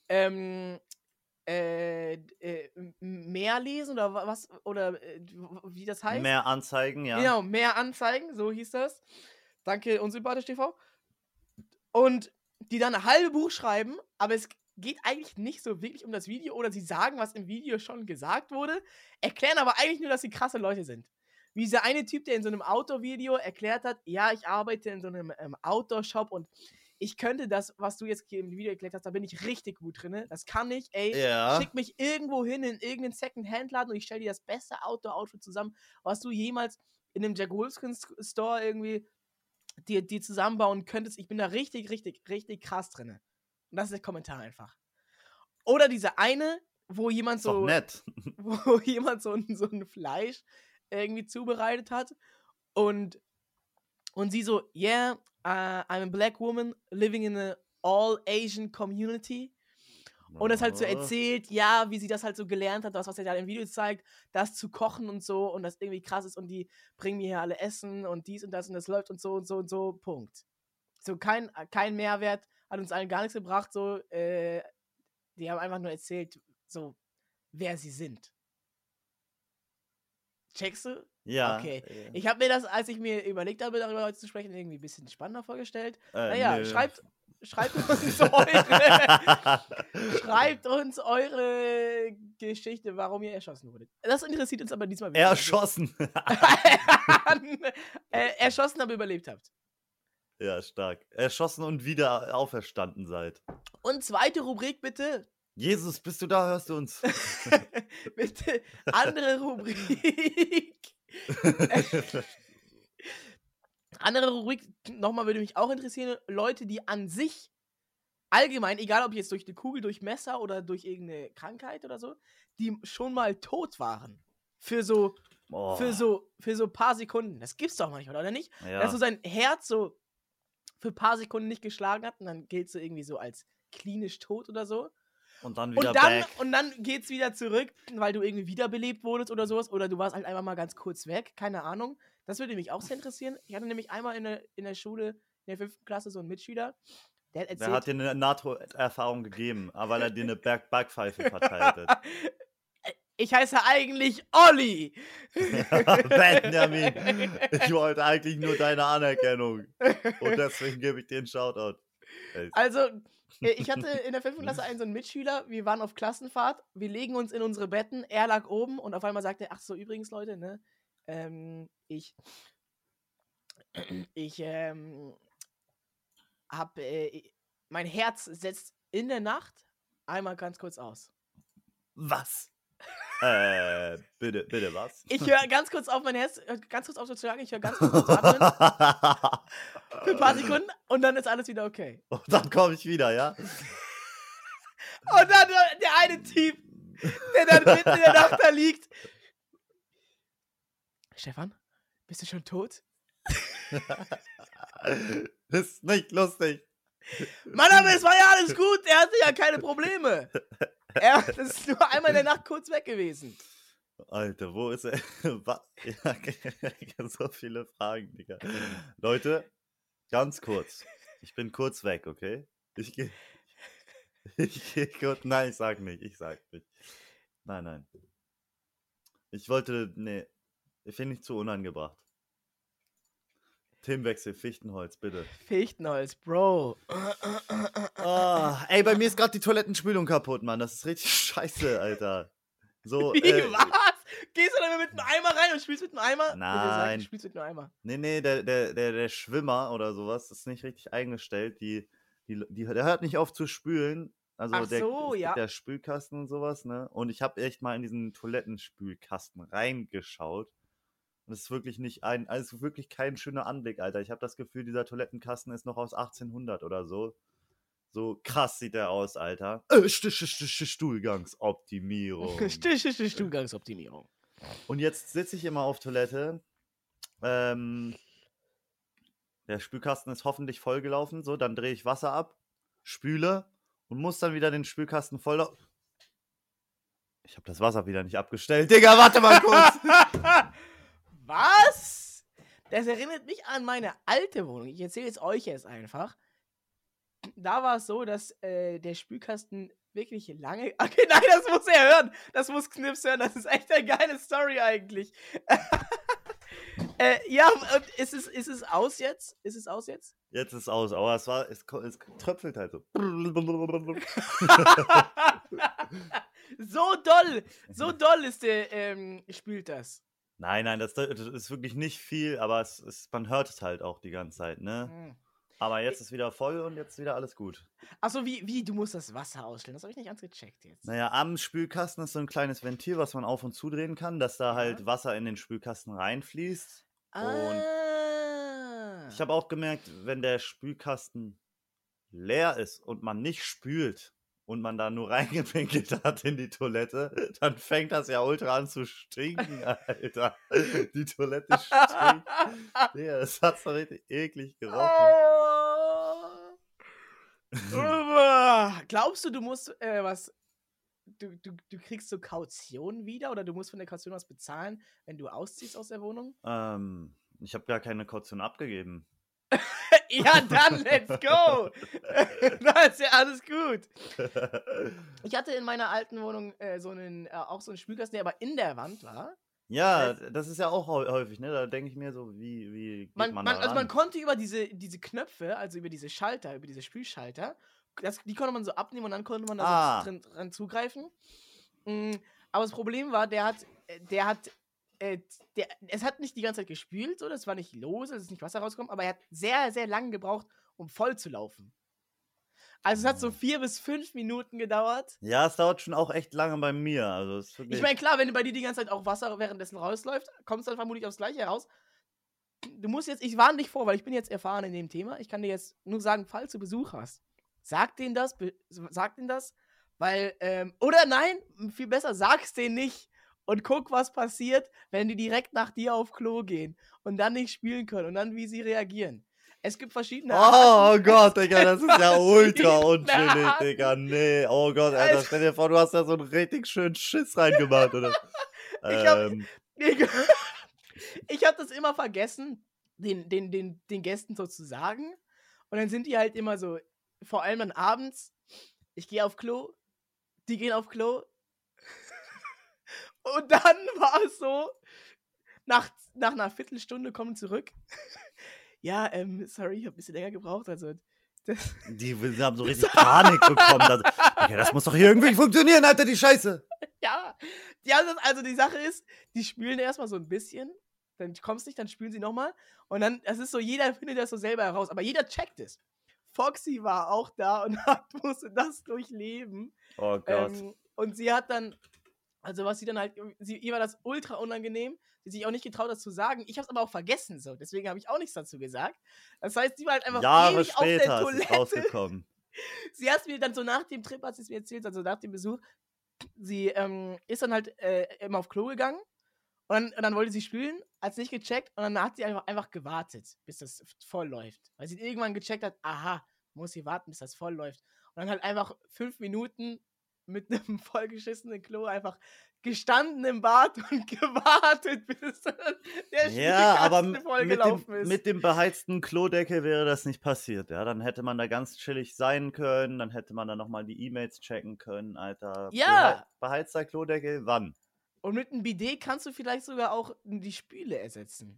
mehr lesen oder was, oder wie das heißt. Mehr Anzeigen, ja. Genau, mehr Anzeigen, so hieß das. Danke, Unsympathisch TV. Und die dann ein halbe Buch schreiben, aber es geht eigentlich nicht so wirklich um das Video oder sie sagen, was im Video schon gesagt wurde, erklären aber eigentlich nur, dass sie krasse Leute sind. Wie dieser eine Typ, der in so einem Outdoor-Video erklärt hat, ja, ich arbeite in so einem Outdoor-Shop und ich könnte das, was du jetzt hier im Video erklärt hast, da bin ich richtig gut drin. Das kann ich, ey. Ja. Schick mich irgendwo hin in irgendeinen Second-Hand-Laden und ich stelle dir das beste Outdoor-Outfit zusammen, was du jemals in einem Jack Wolfskin Store irgendwie dir zusammenbauen könntest. Ich bin da richtig krass drin. Und das ist der Kommentar einfach. Oder dieser eine, wo jemand Ist doch nett. wo jemand so ein Fleisch irgendwie zubereitet hat und sie so, yeah, I'm a black woman living in a all Asian community. Und das halt so erzählt, ja, wie sie das halt so gelernt hat, was er da im Video zeigt, das zu kochen und so und das irgendwie krass ist und die bringen mir hier alle Essen und dies und das läuft und so, Punkt. So kein Mehrwert, hat uns allen gar nichts gebracht, so, die haben einfach nur erzählt, so, wer sie sind. Checkst du? Ja. Okay. Ich habe mir das, als ich mir überlegt habe, darüber heute zu sprechen, irgendwie ein bisschen spannender vorgestellt. Naja, schreibt uns eure Geschichte, warum ihr erschossen wurdet. Das interessiert uns aber diesmal wieder. Erschossen. Erschossen, aber überlebt habt. Ja, stark. Erschossen und wieder auferstanden seid. Und zweite Rubrik bitte, Jesus, bist du da? Hörst du uns? Bitte, andere Rubrik. Andere Rubrik, nochmal würde mich auch interessieren, Leute, die an sich allgemein, egal ob jetzt durch eine Kugel, durch Messer oder durch irgendeine Krankheit oder so, die schon mal tot waren. Für so ein paar Sekunden. Das gibt's doch manchmal, oder nicht? Ja. Dass so sein Herz so für ein paar Sekunden nicht geschlagen hat und dann gilt so irgendwie so als klinisch tot oder so. Und dann wieder Und dann geht's wieder zurück, weil du irgendwie wiederbelebt wurdest oder sowas. Oder du warst halt einfach mal ganz kurz weg. Keine Ahnung. Das würde mich auch sehr interessieren. Ich hatte nämlich einmal in der Schule, in der 5. Klasse, so einen Mitschüler, der hat erzählt... Der hat dir eine NATO-Erfahrung gegeben, weil er dir eine Backpfeife verteilt hat. Ich heiße eigentlich Olli. Benjamin, ich wollte eigentlich nur deine Anerkennung. Und deswegen gebe ich dir einen Shoutout. Also, ich hatte in der 5. Klasse einen so einen Mitschüler, wir waren auf Klassenfahrt, wir legen uns in unsere Betten, er lag oben und auf einmal sagte er, ach so, übrigens, Leute, ne, mein Herz setzt in der Nacht einmal ganz kurz aus. Was? Bitte was? Ich höre ganz kurz auf mein Herz, ganz kurz auf zu schlagen, ich höre ganz kurz auf zu atmen. Für ein paar Sekunden und dann ist alles wieder okay. Und dann komme ich wieder, ja? Und dann der eine Typ, der dann mitten in der Nacht da liegt. Stefan, bist du schon tot? Das ist nicht lustig. Mann, aber es war ja alles gut, er hatte ja keine Probleme. Das ist nur einmal in der Nacht kurz weg gewesen. Alter, wo ist er? Ja, so viele Fragen, Digga. Leute, ganz kurz. Ich bin kurz weg, okay? Ich gehe kurz. Nein, ich sag nicht. Nein. Ich finde ich zu unangebracht. Themenwechsel, Fichtenholz, bitte. Fichtenholz, Bro. Ey, bei mir ist gerade die Toilettenspülung kaputt, Mann. Das ist richtig scheiße, Alter. So, Wie, was? Gehst du dann mit einem Eimer rein und spielst mit einem Eimer? Nein. Du spielst mit einem Eimer. Nee, der Schwimmer oder sowas ist nicht richtig eingestellt. Der hört nicht auf zu spülen. Also Ach so, ja. Der Spülkasten und sowas, ne? Und ich habe echt mal in diesen Toilettenspülkasten reingeschaut. Und es ist wirklich wirklich kein schöner Anblick, Alter. Ich habe das Gefühl, dieser Toilettenkasten ist noch aus 1800 oder so. So krass sieht der aus, Alter. Stuhlgangsoptimierung. Stuhlgangsoptimierung. Und jetzt sitze ich immer auf Toilette. Der Spülkasten ist hoffentlich vollgelaufen. So, dann drehe ich Wasser ab, spüle und muss dann wieder den Spülkasten voll... Ich habe das Wasser wieder nicht abgestellt. Digga, warte mal kurz. Was? Das erinnert mich an meine alte Wohnung. Ich erzähle es euch jetzt einfach. Da war es so, dass der Spülkasten wirklich lange... Okay, nein, das muss er hören. Das muss Knips hören. Das ist echt eine geile Story eigentlich. Ja, und ist es aus jetzt? Ist es aus jetzt? Jetzt ist es aus, aber es tröpfelt halt so. So doll ist spült das. Nein, das ist wirklich nicht viel, aber man hört es halt auch die ganze Zeit, ne? Hm. Aber jetzt ist wieder voll und jetzt ist wieder alles gut. Achso, wie? Du musst das Wasser ausstellen. Das habe ich nicht ganz gecheckt jetzt. Naja, am Spülkasten ist so ein kleines Ventil, was man auf- und zudrehen kann, dass da halt Wasser in den Spülkasten reinfließt. Und ich habe auch gemerkt, wenn der Spülkasten leer ist und man nicht spült und man da nur reingepinkelt hat in die Toilette, dann fängt das ja ultra an zu stinken, Alter. Die Toilette stinkt. Ja, das hat so richtig eklig gerochen. Glaubst du, du musst du kriegst so Kaution wieder oder du musst von der Kaution was bezahlen, wenn du ausziehst aus der Wohnung? Ich habe gar keine Kaution abgegeben. Ja, dann let's go! Da ist ja alles gut. Ich hatte in meiner alten Wohnung auch so einen Spülkasten, der aber in der Wand war. Ja, das ist ja auch häufig, ne? Da denke ich mir so, wie geht man da ran? Also man konnte über diese Knöpfe, also über diese Schalter, über diese Spülschalter, die konnte man so abnehmen und dann konnte man da so dran zugreifen. Aber das Problem war, es hat nicht die ganze Zeit gespült, so, das war nicht lose, es ist nicht Wasser rausgekommen, aber er hat sehr, sehr lange gebraucht, um voll zu laufen. Also es hat so 4 bis 5 Minuten gedauert. Ja, es dauert schon auch echt lange bei mir. Also es ist wirklich. Ich meine, klar, wenn bei dir die ganze Zeit auch Wasser währenddessen rausläuft, kommst du dann vermutlich aufs Gleiche heraus. Du musst jetzt, ich warne dich vor, weil ich bin jetzt erfahren in dem Thema. Ich kann dir jetzt nur sagen, falls du Besuch hast, sag denen das, weil, oder nein, viel besser, sag's denen nicht und guck, was passiert, wenn die direkt nach dir auf Klo gehen und dann nicht spielen können und dann, wie sie reagieren. Es gibt verschiedene Oh Gott, Digga, das ist ja ultra verschiedene unchillig, Arten. Digga. Nee, oh Gott, Alter, stell dir vor, du hast da so einen richtig schönen Schiss reingemacht, oder? Ich hab das immer vergessen, den Gästen so zu sagen. Und dann sind die halt immer so, vor allem dann abends, ich gehe auf Klo, die gehen auf Klo. Und dann war es so, nach einer Viertelstunde kommen zurück. Ja, sorry, ich habe ein bisschen länger gebraucht. Also, Die haben so richtig Panik bekommen. Okay, das muss doch hier irgendwie funktionieren, Alter, die Scheiße. Ja, also die Sache ist, die spülen erstmal so ein bisschen, dann kommst nicht, dann spülen sie nochmal. Und dann, es ist so, jeder findet das so selber heraus, aber jeder checkt es. Foxy war auch da und musste das durchleben. Oh Gott. Und sie hat dann, also was sie dann halt, ihr war das ultra unangenehm, sie sich auch nicht getraut, das zu sagen. Ich hab's aber auch vergessen so, deswegen habe ich auch nichts dazu gesagt. Das heißt, sie war halt einfach Jahre ewig auf der später ist es Toilette. rausgekommen. Sie hat mir dann so nach dem Trip, hat sie es mir erzählt, also nach dem Besuch, sie ist dann halt immer auf Klo gegangen und dann wollte sie spülen, hat es nicht gecheckt und dann hat sie einfach gewartet, bis das voll läuft. Weil sie irgendwann gecheckt hat, aha, muss sie warten, bis das voll läuft. Und dann halt einfach 5 Minuten mit einem vollgeschissenen Klo einfach gestanden im Bad und gewartet, bis der Ja, aber Spülkasten vollgelaufen ist. mit dem beheizten Klodeckel wäre das nicht passiert. Ja, dann hätte man da ganz chillig sein können, dann hätte man da nochmal die E-Mails checken können, Alter. Ja. Beheizter Klodeckel, wann? Und mit einem Bidet kannst du vielleicht sogar auch die Spüle ersetzen.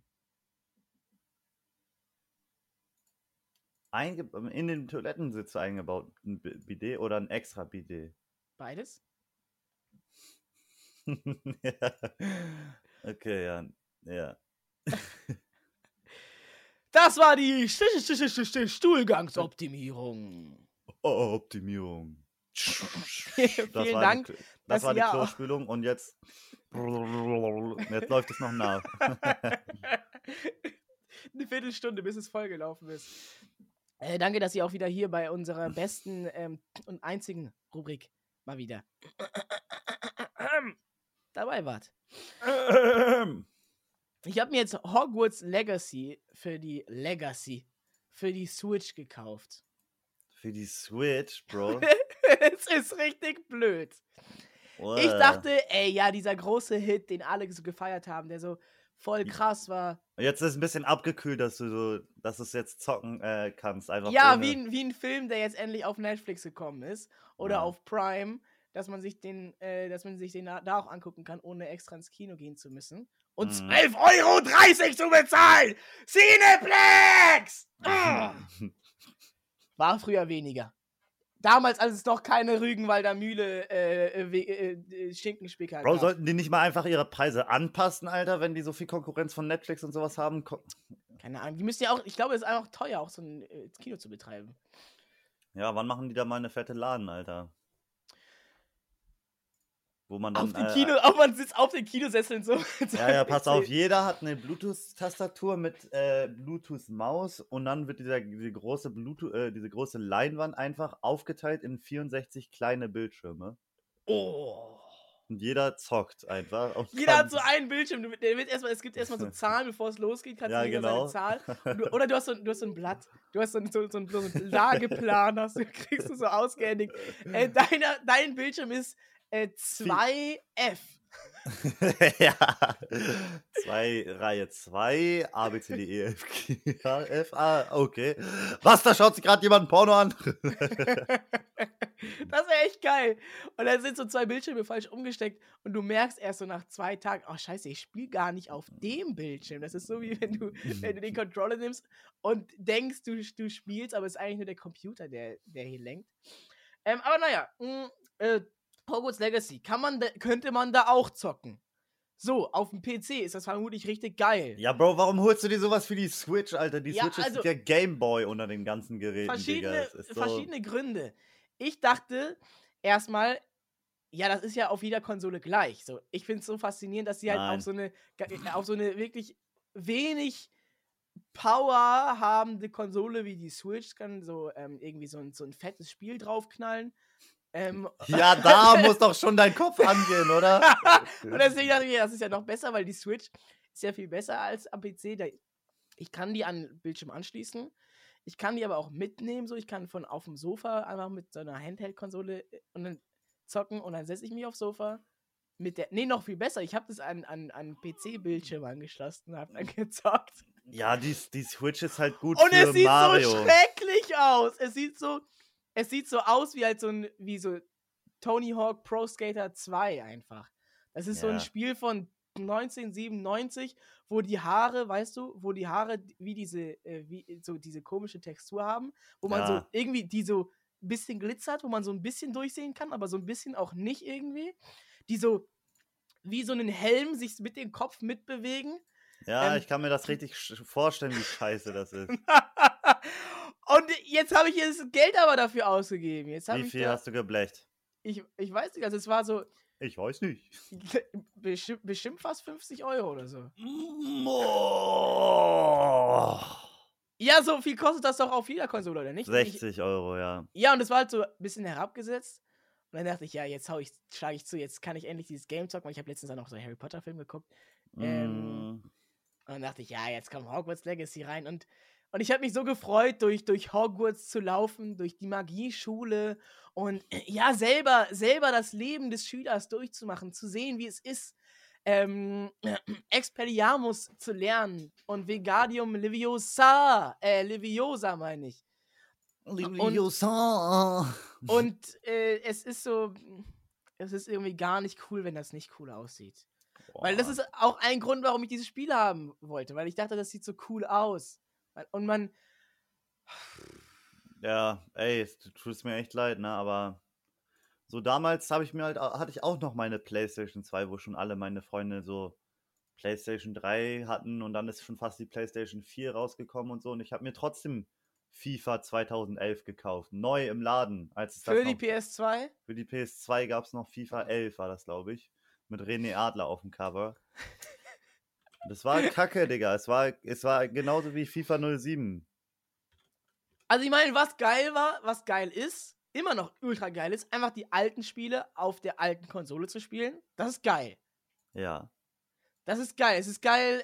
In den Toilettensitz eingebaut, ein Bidet oder ein extra Bidet? Beides? Ja. Okay, ja. Das war die Stuhlgangsoptimierung. Optimierung. Vielen Dank. Das war die ihr auch- Klospülung und jetzt läuft es noch nach. Eine Viertelstunde, bis es vollgelaufen ist. Danke, dass ihr auch wieder hier bei unserer besten und einzigen Rubrik mal wieder dabei wart. Ich habe mir jetzt Hogwarts Legacy für die Switch gekauft. Für die Switch, Bro. Es ist richtig blöd. Ich dachte, ey, ja, dieser große Hit, den alle so gefeiert haben, der so voll krass war. Jetzt ist es ein bisschen abgekühlt, dass du es jetzt zocken kannst. Einfach Ja, ohne. wie ein Film, der jetzt endlich auf Netflix gekommen ist. Oder Ja. auf Prime, dass man sich den da auch angucken kann, ohne extra ins Kino gehen zu müssen. Und 12,30 € zu bezahlen! Cineplex! War früher weniger. Damals, als es noch keine Rügenwalder Mühle Schinkenspicker Bro, gab. sollten die nicht mal einfach ihre Preise anpassen, Alter, wenn die so viel Konkurrenz von Netflix und sowas haben? Keine Ahnung, die müssen ja auch, ich glaube, es ist einfach teuer, auch so ein Kino zu betreiben. Ja, wann machen die da mal eine fette Laden, Alter? Wo man dann. Auf dem Kino, auch man sitzt auf den Kinosesseln so. Ja, pass auf, jeder hat eine Bluetooth-Tastatur mit Bluetooth-Maus und dann wird diese große Leinwand einfach aufgeteilt in 64 kleine Bildschirme. Oh. Und jeder zockt einfach. Und Jeder hat so einen Bildschirm. Es gibt erstmal so Zahlen, bevor es losgeht, kannst Ja, du genau. seine Zahl. Oder du hast so ein Blatt. Du hast so einen Lageplan, kriegst du so ausgehändigt. Dein Bildschirm ist 2F. Ja. 2, Reihe 2, A, B, C, D, E, F, G, H, F, A, okay. Was, da schaut sich gerade jemand ein Porno an? Das wäre echt geil. Und dann sind so 2 Bildschirme falsch umgesteckt und du merkst erst so nach 2 Tagen, oh scheiße, ich spiele gar nicht auf dem Bildschirm. Das ist so wie wenn du den Controller nimmst und denkst, du spielst, aber es ist eigentlich nur der Computer, der hier lenkt. Aber naja, Hogwarts Legacy, könnte man da auch zocken. So, auf dem PC ist das vermutlich richtig geil. Ja, Bro, warum holst du dir sowas für die Switch, Alter? Die Ja, Switch ist also- der Gameboy unter den ganzen Geräten, Digga. Es ist so, Verschiedene Gründe. Ich dachte erstmal, ja, das ist ja auf jeder Konsole gleich. So, ich finde es so faszinierend, dass sie halt Nein. auf so eine wirklich wenig Power habende Konsole wie die Switch kann so irgendwie so ein fettes Spiel draufknallen. ja, da muss doch schon dein Kopf angehen, oder? Und deswegen dachte ich, das ist ja noch besser, weil die Switch ist ja viel besser als am PC. Ich kann die an den Bildschirm anschließen. Ich kann die aber auch mitnehmen. So, ich kann von auf dem Sofa einfach mit so einer Handheld-Konsole und dann zocken und dann setze ich mich aufs Sofa. Noch viel besser. Ich habe das an PC-Bildschirm angeschlossen und habe dann gezockt. Ja, die Switch ist halt gut Und für es sieht Mario. so schrecklich aus. Es sieht so aus wie halt wie so Tony Hawk Pro Skater 2 einfach. Das ist so ein Ja. Spiel von 1997, wo die Haare, weißt du, wie diese komische Textur haben, wo man so Ja. irgendwie die so ein bisschen glitzert, wo man so ein bisschen durchsehen kann, aber so ein bisschen auch nicht irgendwie. Die so wie so einen Helm sich mit dem Kopf mitbewegen. Ja, ich kann mir das richtig vorstellen, wie scheiße das ist. Und jetzt habe ich hier das Geld aber dafür ausgegeben. Wie viel hast du geblecht? Ich weiß nicht, also es war so Ich weiß nicht. bestimmt fast 50 Euro oder so. Oh. Ja, so viel kostet das doch auf jeder Konsole, oder nicht? 60 Euro, ja. Ja, und es war halt so ein bisschen herabgesetzt. Und dann dachte ich, ja, jetzt schlage ich zu, jetzt kann ich endlich dieses Game zocken, weil ich habe letztens auch noch so einen Harry Potter Film geguckt. Und dann dachte ich, ja, jetzt kommt Hogwarts Legacy rein. Und ich habe mich so gefreut, durch Hogwarts zu laufen, durch die Magieschule und ja, selber das Leben des Schülers durchzumachen, zu sehen, wie es ist, Expelliarmus zu lernen und Wingardium Leviosa meine ich. Leviosa. Und es ist irgendwie gar nicht cool, wenn das nicht cool aussieht. Weil das ist auch ein Grund, warum ich dieses Spiel haben wollte, weil ich dachte, das sieht so cool aus. Und man... Ja, ey, es tut mir echt leid, ne, aber so damals hatte ich auch noch meine PlayStation 2, wo schon alle meine Freunde so PlayStation 3 hatten und dann ist schon fast die PlayStation 4 rausgekommen und so und ich habe mir trotzdem FIFA 2011 gekauft, neu im Laden. Für die PS2? Für die PS2 gab es noch FIFA 11, war das, glaube ich, mit René Adler auf dem Cover. Das war kacke, Digga. Es war genauso wie FIFA 07. Also ich meine, was geil ist, immer noch ultra geil ist, einfach die alten Spiele auf der alten Konsole zu spielen. Das ist geil. Ja. Das ist geil. Es ist geil,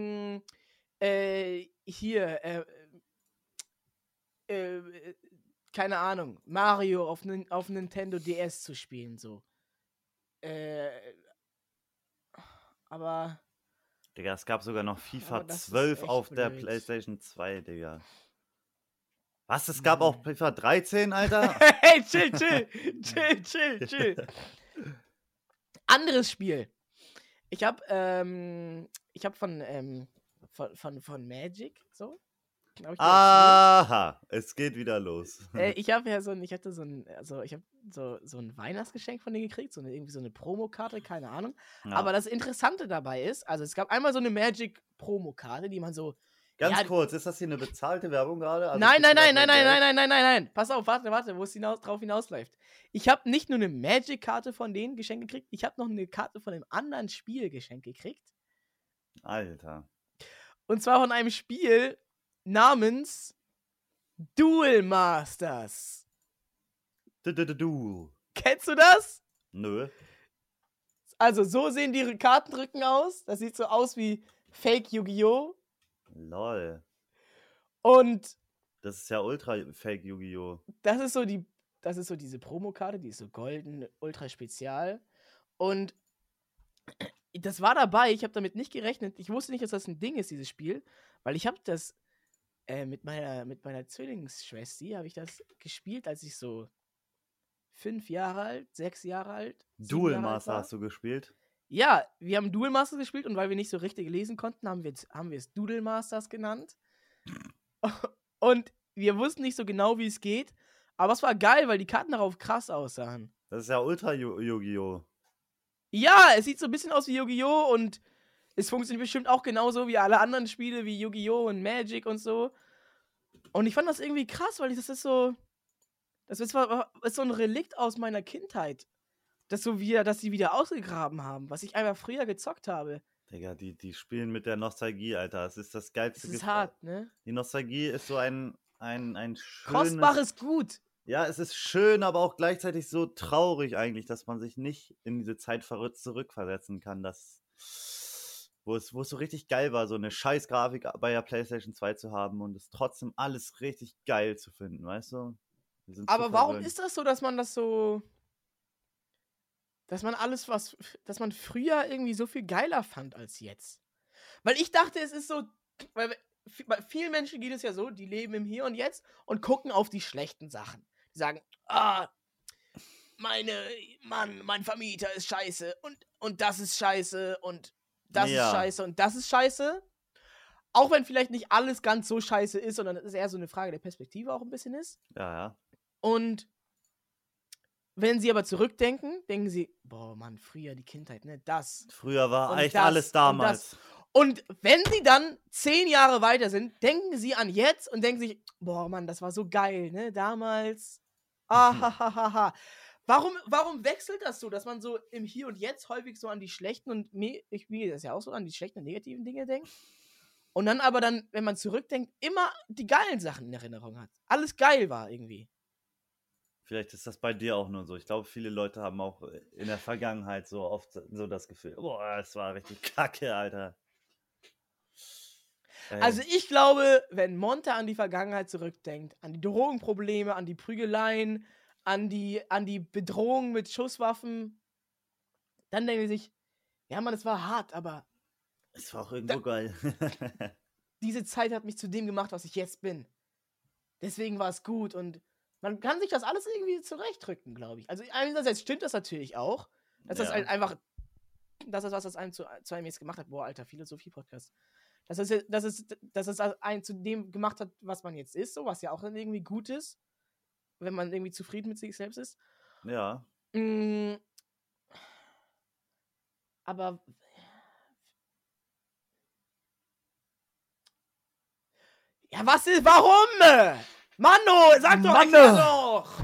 keine Ahnung, Mario auf Nintendo DS zu spielen, so. Aber... Digga, es gab sogar noch FIFA Aber das ist 12 echt auf der blöd. PlayStation 2, Digga. Was? Es gab auch FIFA 13, Alter? Hey, chill. Anderes Spiel. Ich hab von Magic, so. Hab ich dir Aha, es geht wieder los. ich habe so ein Weihnachtsgeschenk von denen gekriegt, irgendwie so eine Promokarte, keine Ahnung. Ja. Aber das Interessante dabei ist, also es gab einmal so eine Magic-Promokarte, die man so... Ganz ja, kurz, ist das hier eine bezahlte Werbung gerade? Also Nein. kriegst du dafür Geld? Nein. Pass auf, warte, wo es drauf hinausläuft. Ich habe nicht nur eine Magic-Karte von denen geschenkt gekriegt, ich habe noch eine Karte von einem anderen Spiel geschenkt gekriegt. Alter. Und zwar von einem Spiel namens Duel Masters. Duel. Kennst du das? Nö. Also, so sehen die Kartenrücken aus. Das sieht so aus wie Fake Yu-Gi-Oh! Lol. Und Das ist ja ultra fake Yu-Gi-Oh! das ist so diese Promokarte, die ist so golden, ultra spezial. Und das war dabei, ich habe damit nicht gerechnet. Ich wusste nicht, dass das ein Ding ist, dieses Spiel, weil ich habe das mit meiner Zwillingsschwester habe ich das gespielt, als ich so 5 Jahre alt, 6 Jahre alt. 7 Duel Jahre alt Master war. hast du gespielt? Ja, wir haben Duel Masters gespielt und weil wir nicht so richtig lesen konnten, haben wir es Doodle Masters genannt. Und wir wussten nicht so genau, wie es geht, aber es war geil, weil die Karten darauf krass aussahen. Das ist ja ultra Yu-Gi-Oh! Ja, es sieht so ein bisschen aus wie Yu-Gi-Oh! Und es funktioniert bestimmt auch genauso wie alle anderen Spiele wie Yu-Gi-Oh! Und Magic und so. Und ich fand das irgendwie krass, weil das ist so ein Relikt aus meiner Kindheit. Dass sie wieder ausgegraben haben, was ich einfach früher gezockt habe. Digga, die spielen mit der Nostalgie, Alter. Es ist das geilste Das ist hart, ne? Die Nostalgie ist so ein schönes... Kostbares Gut. Ja, es ist schön, aber auch gleichzeitig so traurig eigentlich, dass man sich nicht in diese Zeit zurückversetzen kann, wo es so richtig geil war, so eine scheiß Grafik bei der PlayStation 2 zu haben und es trotzdem alles richtig geil zu finden, weißt du? Wir sind zu Aber warum verwöhnt. ist das so, dass man dass man früher irgendwie so viel geiler fand als jetzt? Weil ich dachte, es ist so, weil bei vielen Menschen geht es ja so, die leben im Hier und Jetzt und gucken auf die schlechten Sachen. Die sagen, mein Vermieter ist scheiße und das ist scheiße und das ist scheiße und das ist scheiße. Auch wenn vielleicht nicht alles ganz so scheiße ist, sondern es eher so eine Frage der Perspektive auch ein bisschen ist. Ja. Und wenn sie aber zurückdenken, denken sie, boah, Mann, früher die Kindheit, ne, das. Früher war und echt das alles und damals. Und wenn sie dann 10 Jahre weiter sind, denken sie an jetzt und denken sich, boah, Mann, das war so geil, ne, damals. Ahahaha. Warum wechselt das so, dass man so im Hier und Jetzt häufig so an die schlechten und mir geht das ja auch so, an die schlechten und negativen Dinge denkt? Und dann aber wenn man zurückdenkt, immer die geilen Sachen in Erinnerung hat. Alles geil war irgendwie. Vielleicht ist das bei dir auch nur so. Ich glaube, viele Leute haben auch in der Vergangenheit so oft so das Gefühl, boah, es war richtig kacke, Alter. Also ich glaube, wenn Monte an die Vergangenheit zurückdenkt, an die Drogenprobleme, an die Prügeleien, an die Bedrohung mit Schusswaffen, dann denkt er sich, ja Mann, es war hart, aber es war auch irgendwo geil. diese Zeit hat mich zu dem gemacht, was ich jetzt bin. Deswegen war es gut und man kann sich das alles irgendwie zurechtdrücken, glaube ich. Also einerseits stimmt das natürlich auch, dass das halt einfach, das ist was, das einem zu einem jetzt gemacht hat. Boah, Alter, Philosophie-Podcast. Dass es einen zu dem gemacht hat, was man jetzt ist, so, was ja auch dann irgendwie gut ist, wenn man irgendwie zufrieden mit sich selbst ist. Ja. Aber ja, was ist, warum? Mano, sag doch, erklär doch!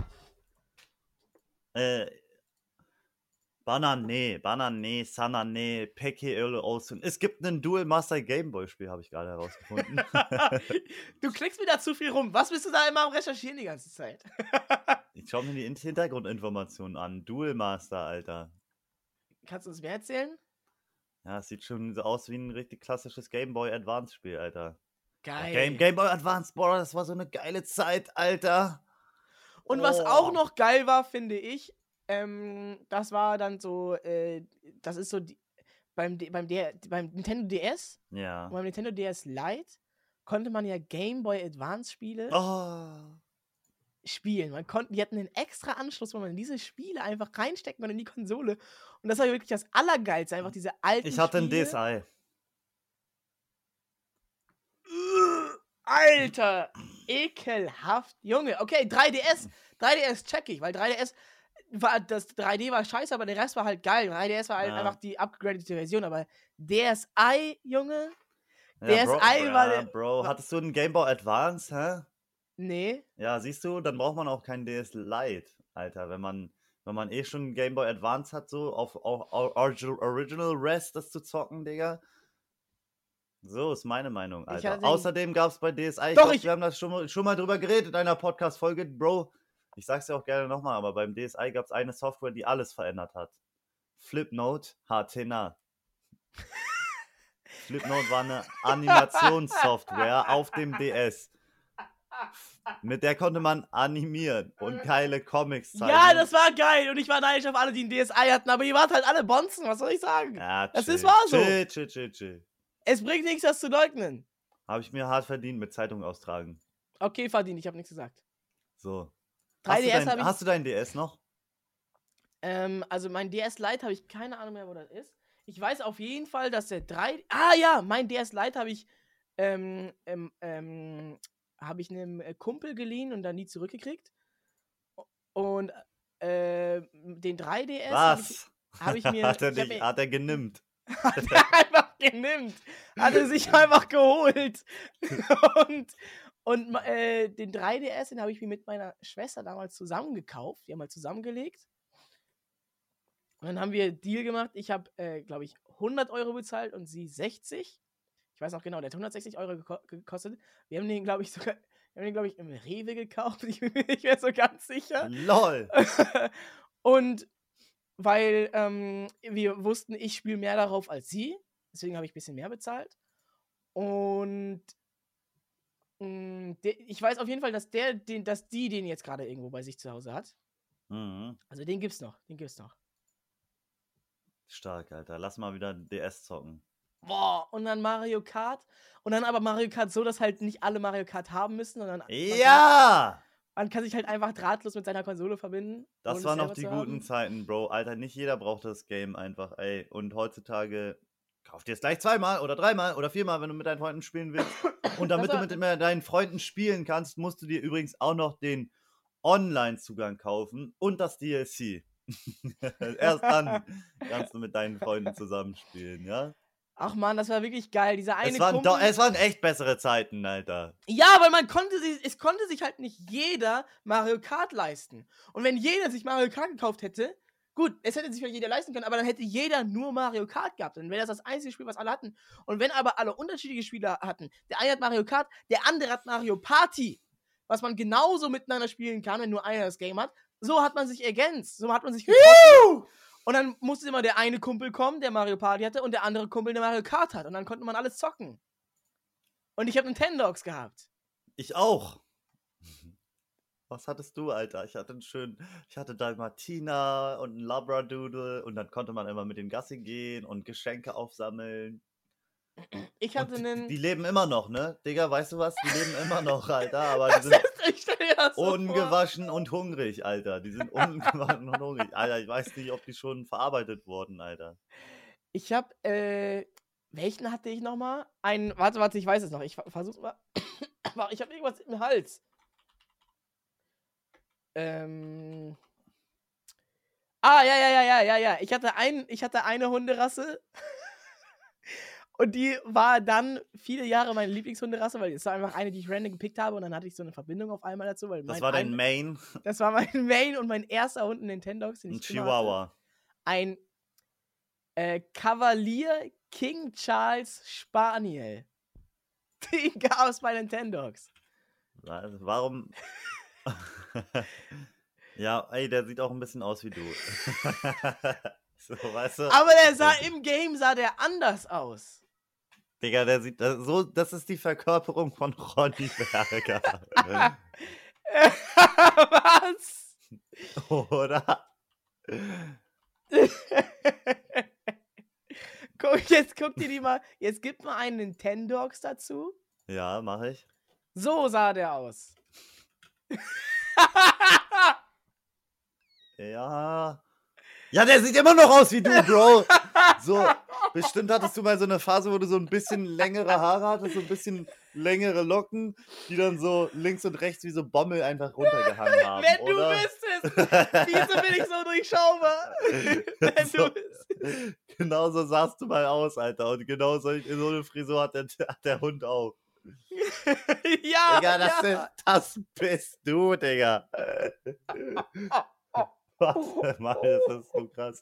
Banane, Sanane, Peke, Öle, Olsun. Es gibt ein Dual Master Gameboy-Spiel, habe ich gerade herausgefunden. Du klickst mir da zu viel rum. Was bist du da immer am Recherchieren die ganze Zeit? Ich schaue mir die Hintergrundinformationen an. Dual Master, Alter. Kannst du uns mehr erzählen? Ja, es sieht schon so aus wie ein richtig klassisches Gameboy Advance-Spiel, Alter. Geil. Gameboy Advance, boah, das war so eine geile Zeit, Alter. Und was auch noch geil war, finde ich, das war dann so, das ist so beim Nintendo DS, ja. beim Nintendo DS Lite konnte man ja Gameboy Advance Spiele spielen. Die hatten einen extra Anschluss, wo man diese Spiele einfach reinstecken konnte in die Konsole. Und das war wirklich das Allergeilste, einfach diese alten Spiele. Ich hatte einen DSi. Alter, ekelhaft. Junge, okay, 3DS check ich, weil 3D war scheiße, aber der Rest war halt geil. 3DS war halt einfach die upgradete Version, aber DSi, Junge, DSi war der... Bro, hattest du einen Game Boy Advance, hä? Nee. Ja, siehst du, dann braucht man auch keinen DS Lite, Alter. Wenn man eh schon einen Game Boy Advance hat, so auf Original Rest das zu zocken, Digga. So ist meine Meinung, Alter. Außerdem gab es bei DSi, wir haben das schon mal drüber geredet in einer Podcast-Folge, Bro. Ich sag's ja auch gerne nochmal, aber beim DSi gab es eine Software, die alles verändert hat. Flipnote HTNA. Flipnote war eine Animationssoftware auf dem DS. Mit der konnte man animieren und geile Comics zeigen. Ja, das war geil und ich war neidisch auf alle, die ein DSi hatten, aber ihr wart halt alle Bonzen, was soll ich sagen? Ja, das war so. Chill. Es bringt nichts, das zu leugnen. Habe ich mir hart verdient mit Zeitung austragen. Okay, verdient, ich habe nichts gesagt. So. 3DS hast du deinen DS noch? Also mein DS Lite habe ich keine Ahnung mehr, wo das ist. Ich weiß auf jeden Fall, dass der mein DS Lite habe ich einem Kumpel geliehen und dann nie zurückgekriegt. Und den 3DS... Was? habe ich mir... Hat er ich hab nicht, mir hat er genimmt. hat er einfach genimmt. Hat er sich einfach geholt. Und den 3DS, den habe ich mir mit meiner Schwester damals zusammen gekauft. Die haben mal zusammengelegt. Und dann haben wir einen Deal gemacht. Ich habe, glaube ich, 100 Euro bezahlt und sie 60. Ich weiß auch genau, der hat 160 Euro gekostet. Wir haben den, glaube ich, im Rewe gekauft. Ich bin mir nicht mehr so ganz sicher. LOL. Und weil wir wussten, ich spiele mehr darauf als sie. Deswegen habe ich ein bisschen mehr bezahlt. Und ich weiß auf jeden Fall, dass die den jetzt gerade irgendwo bei sich zu Hause hat. Mhm. Also den gibt's noch. Stark, Alter. Lass mal wieder DS zocken. Boah, und dann Mario Kart. Und dann aber Mario Kart so, dass halt nicht alle Mario Kart haben müssen, sondern Ja! man kann sich halt einfach drahtlos mit seiner Konsole verbinden. Das ohne waren es noch die selber zu guten haben. Zeiten, Bro. Alter, nicht jeder braucht das Game einfach, ey. Und heutzutage kauf dir es gleich 2-mal oder 3-mal oder 4-mal, wenn du mit deinen Freunden spielen willst. Und damit du mit deinen Freunden spielen kannst, musst du dir übrigens auch noch den Online-Zugang kaufen und das DLC. Erst dann kannst du mit deinen Freunden zusammenspielen, ja? Ach man, das war wirklich geil. Dieser eine Es waren, Kumpel. es waren echt bessere Zeiten, Alter. Ja, weil es konnte sich halt nicht jeder Mario Kart leisten. Und wenn jeder sich Mario Kart gekauft hätte, gut, es hätte sich vielleicht jeder leisten können, aber dann hätte jeder nur Mario Kart gehabt. Dann wäre das einzige Spiel, was alle hatten. Und wenn aber alle unterschiedliche Spiele hatten, der eine hat Mario Kart, der andere hat Mario Party, was man genauso miteinander spielen kann, wenn nur einer das Game hat, so hat man sich ergänzt. So hat man sich getroffen. Und dann musste immer der eine Kumpel kommen, der Mario Party hatte, und der andere Kumpel, der Mario Kart hat. Und dann konnte man alles zocken. Und ich habe Nintendogs gehabt. Ich auch. Was hattest du, Alter? Ich hatte Dalmatina und einen Labradoodle und dann konnte man immer mit dem Gassi gehen und Geschenke aufsammeln. Ich hatte Und einen... die leben immer noch, ne? Digga, weißt du was? Die leben immer noch, Alter, aber die sind Ich stell dir das so vor. ungewaschen und hungrig, Alter. Die sind ungewaschen und hungrig. Alter, ich weiß nicht, ob die schon verarbeitet wurden, Alter. Ich hab, welchen hatte ich nochmal? Warte, ich weiß es noch. Ich versuch's mal. Ich hab irgendwas im Hals. Ja. Ich hatte eine Hunderasse. Und die war dann viele Jahre meine Lieblingshunderasse, weil es war einfach eine, die ich random gepickt habe und dann hatte ich so eine Verbindung auf einmal dazu. Weil Das war dein Main? Das war mein Main und mein erster Hund, ein Nintendogs, den Ein ich immer hatte. Chihuahua. Ein Cavalier King Charles Spaniel. Den gab es bei Nintendogs. Warum? Ja, ey, der sieht auch ein bisschen aus wie du. So, weißt du? Aber im Game sah der anders aus. Digga, der sieht so, das ist die Verkörperung von Ronny Berger. Was? Oder? Guck dir die mal. Jetzt gib mal einen Nintendogs dazu. Ja, mach ich. So sah der aus. Ja. Ja, der sieht immer noch aus wie du, Bro. So, bestimmt hattest du mal so eine Phase, wo du so ein bisschen längere Haare hattest, so ein bisschen längere Locken, die dann so links und rechts wie so Bommel einfach runtergehangen haben, Wenn du oder? wüsstest, wieso bin ich so durchschaubar? Wenn So. du wüsstest. Genau so sahst du mal aus, Alter. Und genau so eine Frisur hat der Hund auch. Ja, Digga, das bist du, Digga. Warte mal, das ist so krass.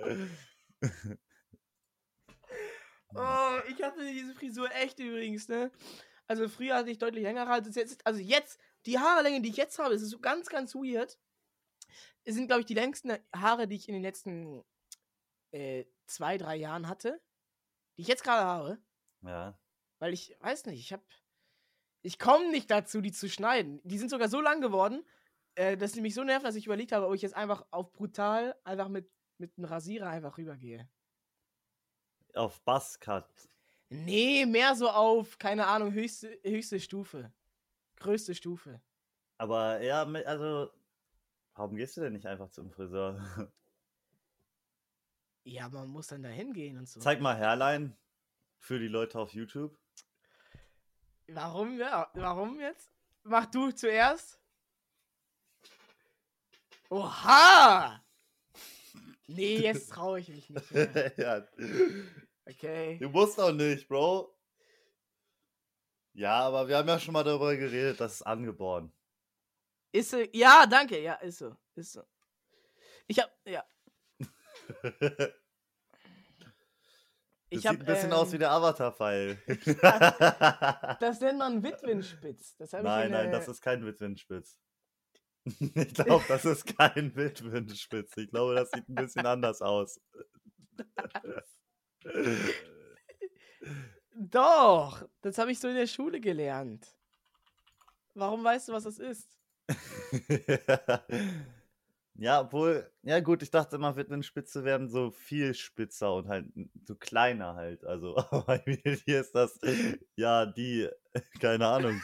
Oh, ich hatte diese Frisur echt übrigens, ne? Also früher hatte ich deutlich längere Haare. Also jetzt, die Haarlänge, die ich jetzt habe, das ist so ganz, ganz weird. Es sind, glaube ich, die längsten Haare, die ich in den letzten 2-3 Jahren hatte. Die ich jetzt gerade habe. Ja. Weil ich, weiß nicht, ich komme nicht dazu, die zu schneiden. Die sind sogar so lang geworden, dass sie mich so nerven, dass ich überlegt habe, ob ich jetzt einfach auf brutal einfach mit einem Rasierer einfach rübergehe. Auf Buzzcut. Nee, mehr so auf, keine Ahnung, höchste Stufe. Größte Stufe. Aber ja, also, warum gehst du denn nicht einfach zum Friseur? Ja, man muss dann da hingehen und so. Zeig mal Hairline für die Leute auf YouTube. Warum, ja? Warum jetzt? Mach du zuerst. Oha! Nee, jetzt traue ich mich nicht mehr. Ja. Okay. Du musst doch nicht, Bro. Ja, aber wir haben ja schon mal darüber geredet, das ist angeboren. Ist so, ja, danke, ja, ist so. Ich hab, ja. Das sieht ein bisschen aus wie der Avatar-Pfeil. Das nennt man Witwenspitz. Nein, das ist kein Witwenspitz. Ich glaube, das ist kein Witwenspitz. Ich glaube, das sieht ein bisschen anders aus. Doch, das habe ich so in der Schule gelernt. Warum weißt du, was das ist? Ja, obwohl, ja gut, ich dachte immer, Witwenspitze werden so viel spitzer und halt so kleiner halt. Also, aber hier ist das, ja, die, keine Ahnung.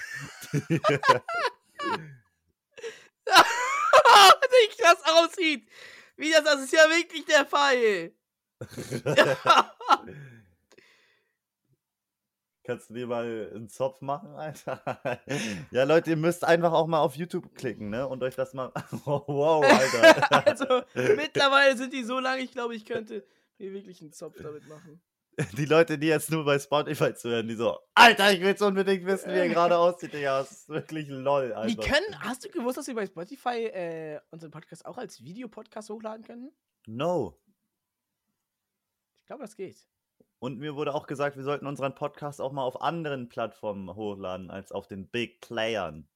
Wie das aussieht. Das ist ja wirklich der Fall. Kannst du dir mal einen Zopf machen, Alter? Ja, Leute, ihr müsst einfach auch mal auf YouTube klicken, ne? Und euch das mal. Wow, Alter. Also, mittlerweile sind die so lang, ich glaube, ich könnte mir wirklich einen Zopf damit machen. Die Leute, die jetzt nur bei Spotify zuhören, die so, Alter, ich will's unbedingt wissen, wie er gerade aussieht, Digga. Das ist wirklich lol, Alter. Hast du gewusst, dass wir bei Spotify unseren Podcast auch als Videopodcast hochladen können? No. Ich glaube, das geht. Und mir wurde auch gesagt, wir sollten unseren Podcast auch mal auf anderen Plattformen hochladen, als auf den Big Playern.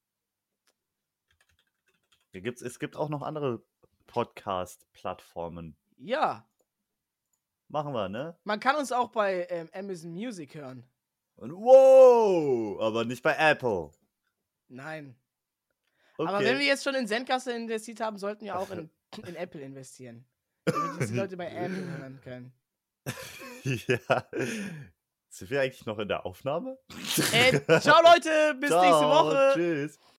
Es gibt auch noch andere Podcast-Plattformen. Ja. Machen wir, ne? Man kann uns auch bei Amazon Music hören. Und wow! Aber nicht bei Apple. Nein. Okay. Aber wenn wir jetzt schon in Zencaster investiert haben, sollten wir auch in Apple investieren. Damit diese Leute bei Apple hören können. Ja. Sind wir eigentlich noch in der Aufnahme? Ciao Leute, bis nächste Woche. Tschüss.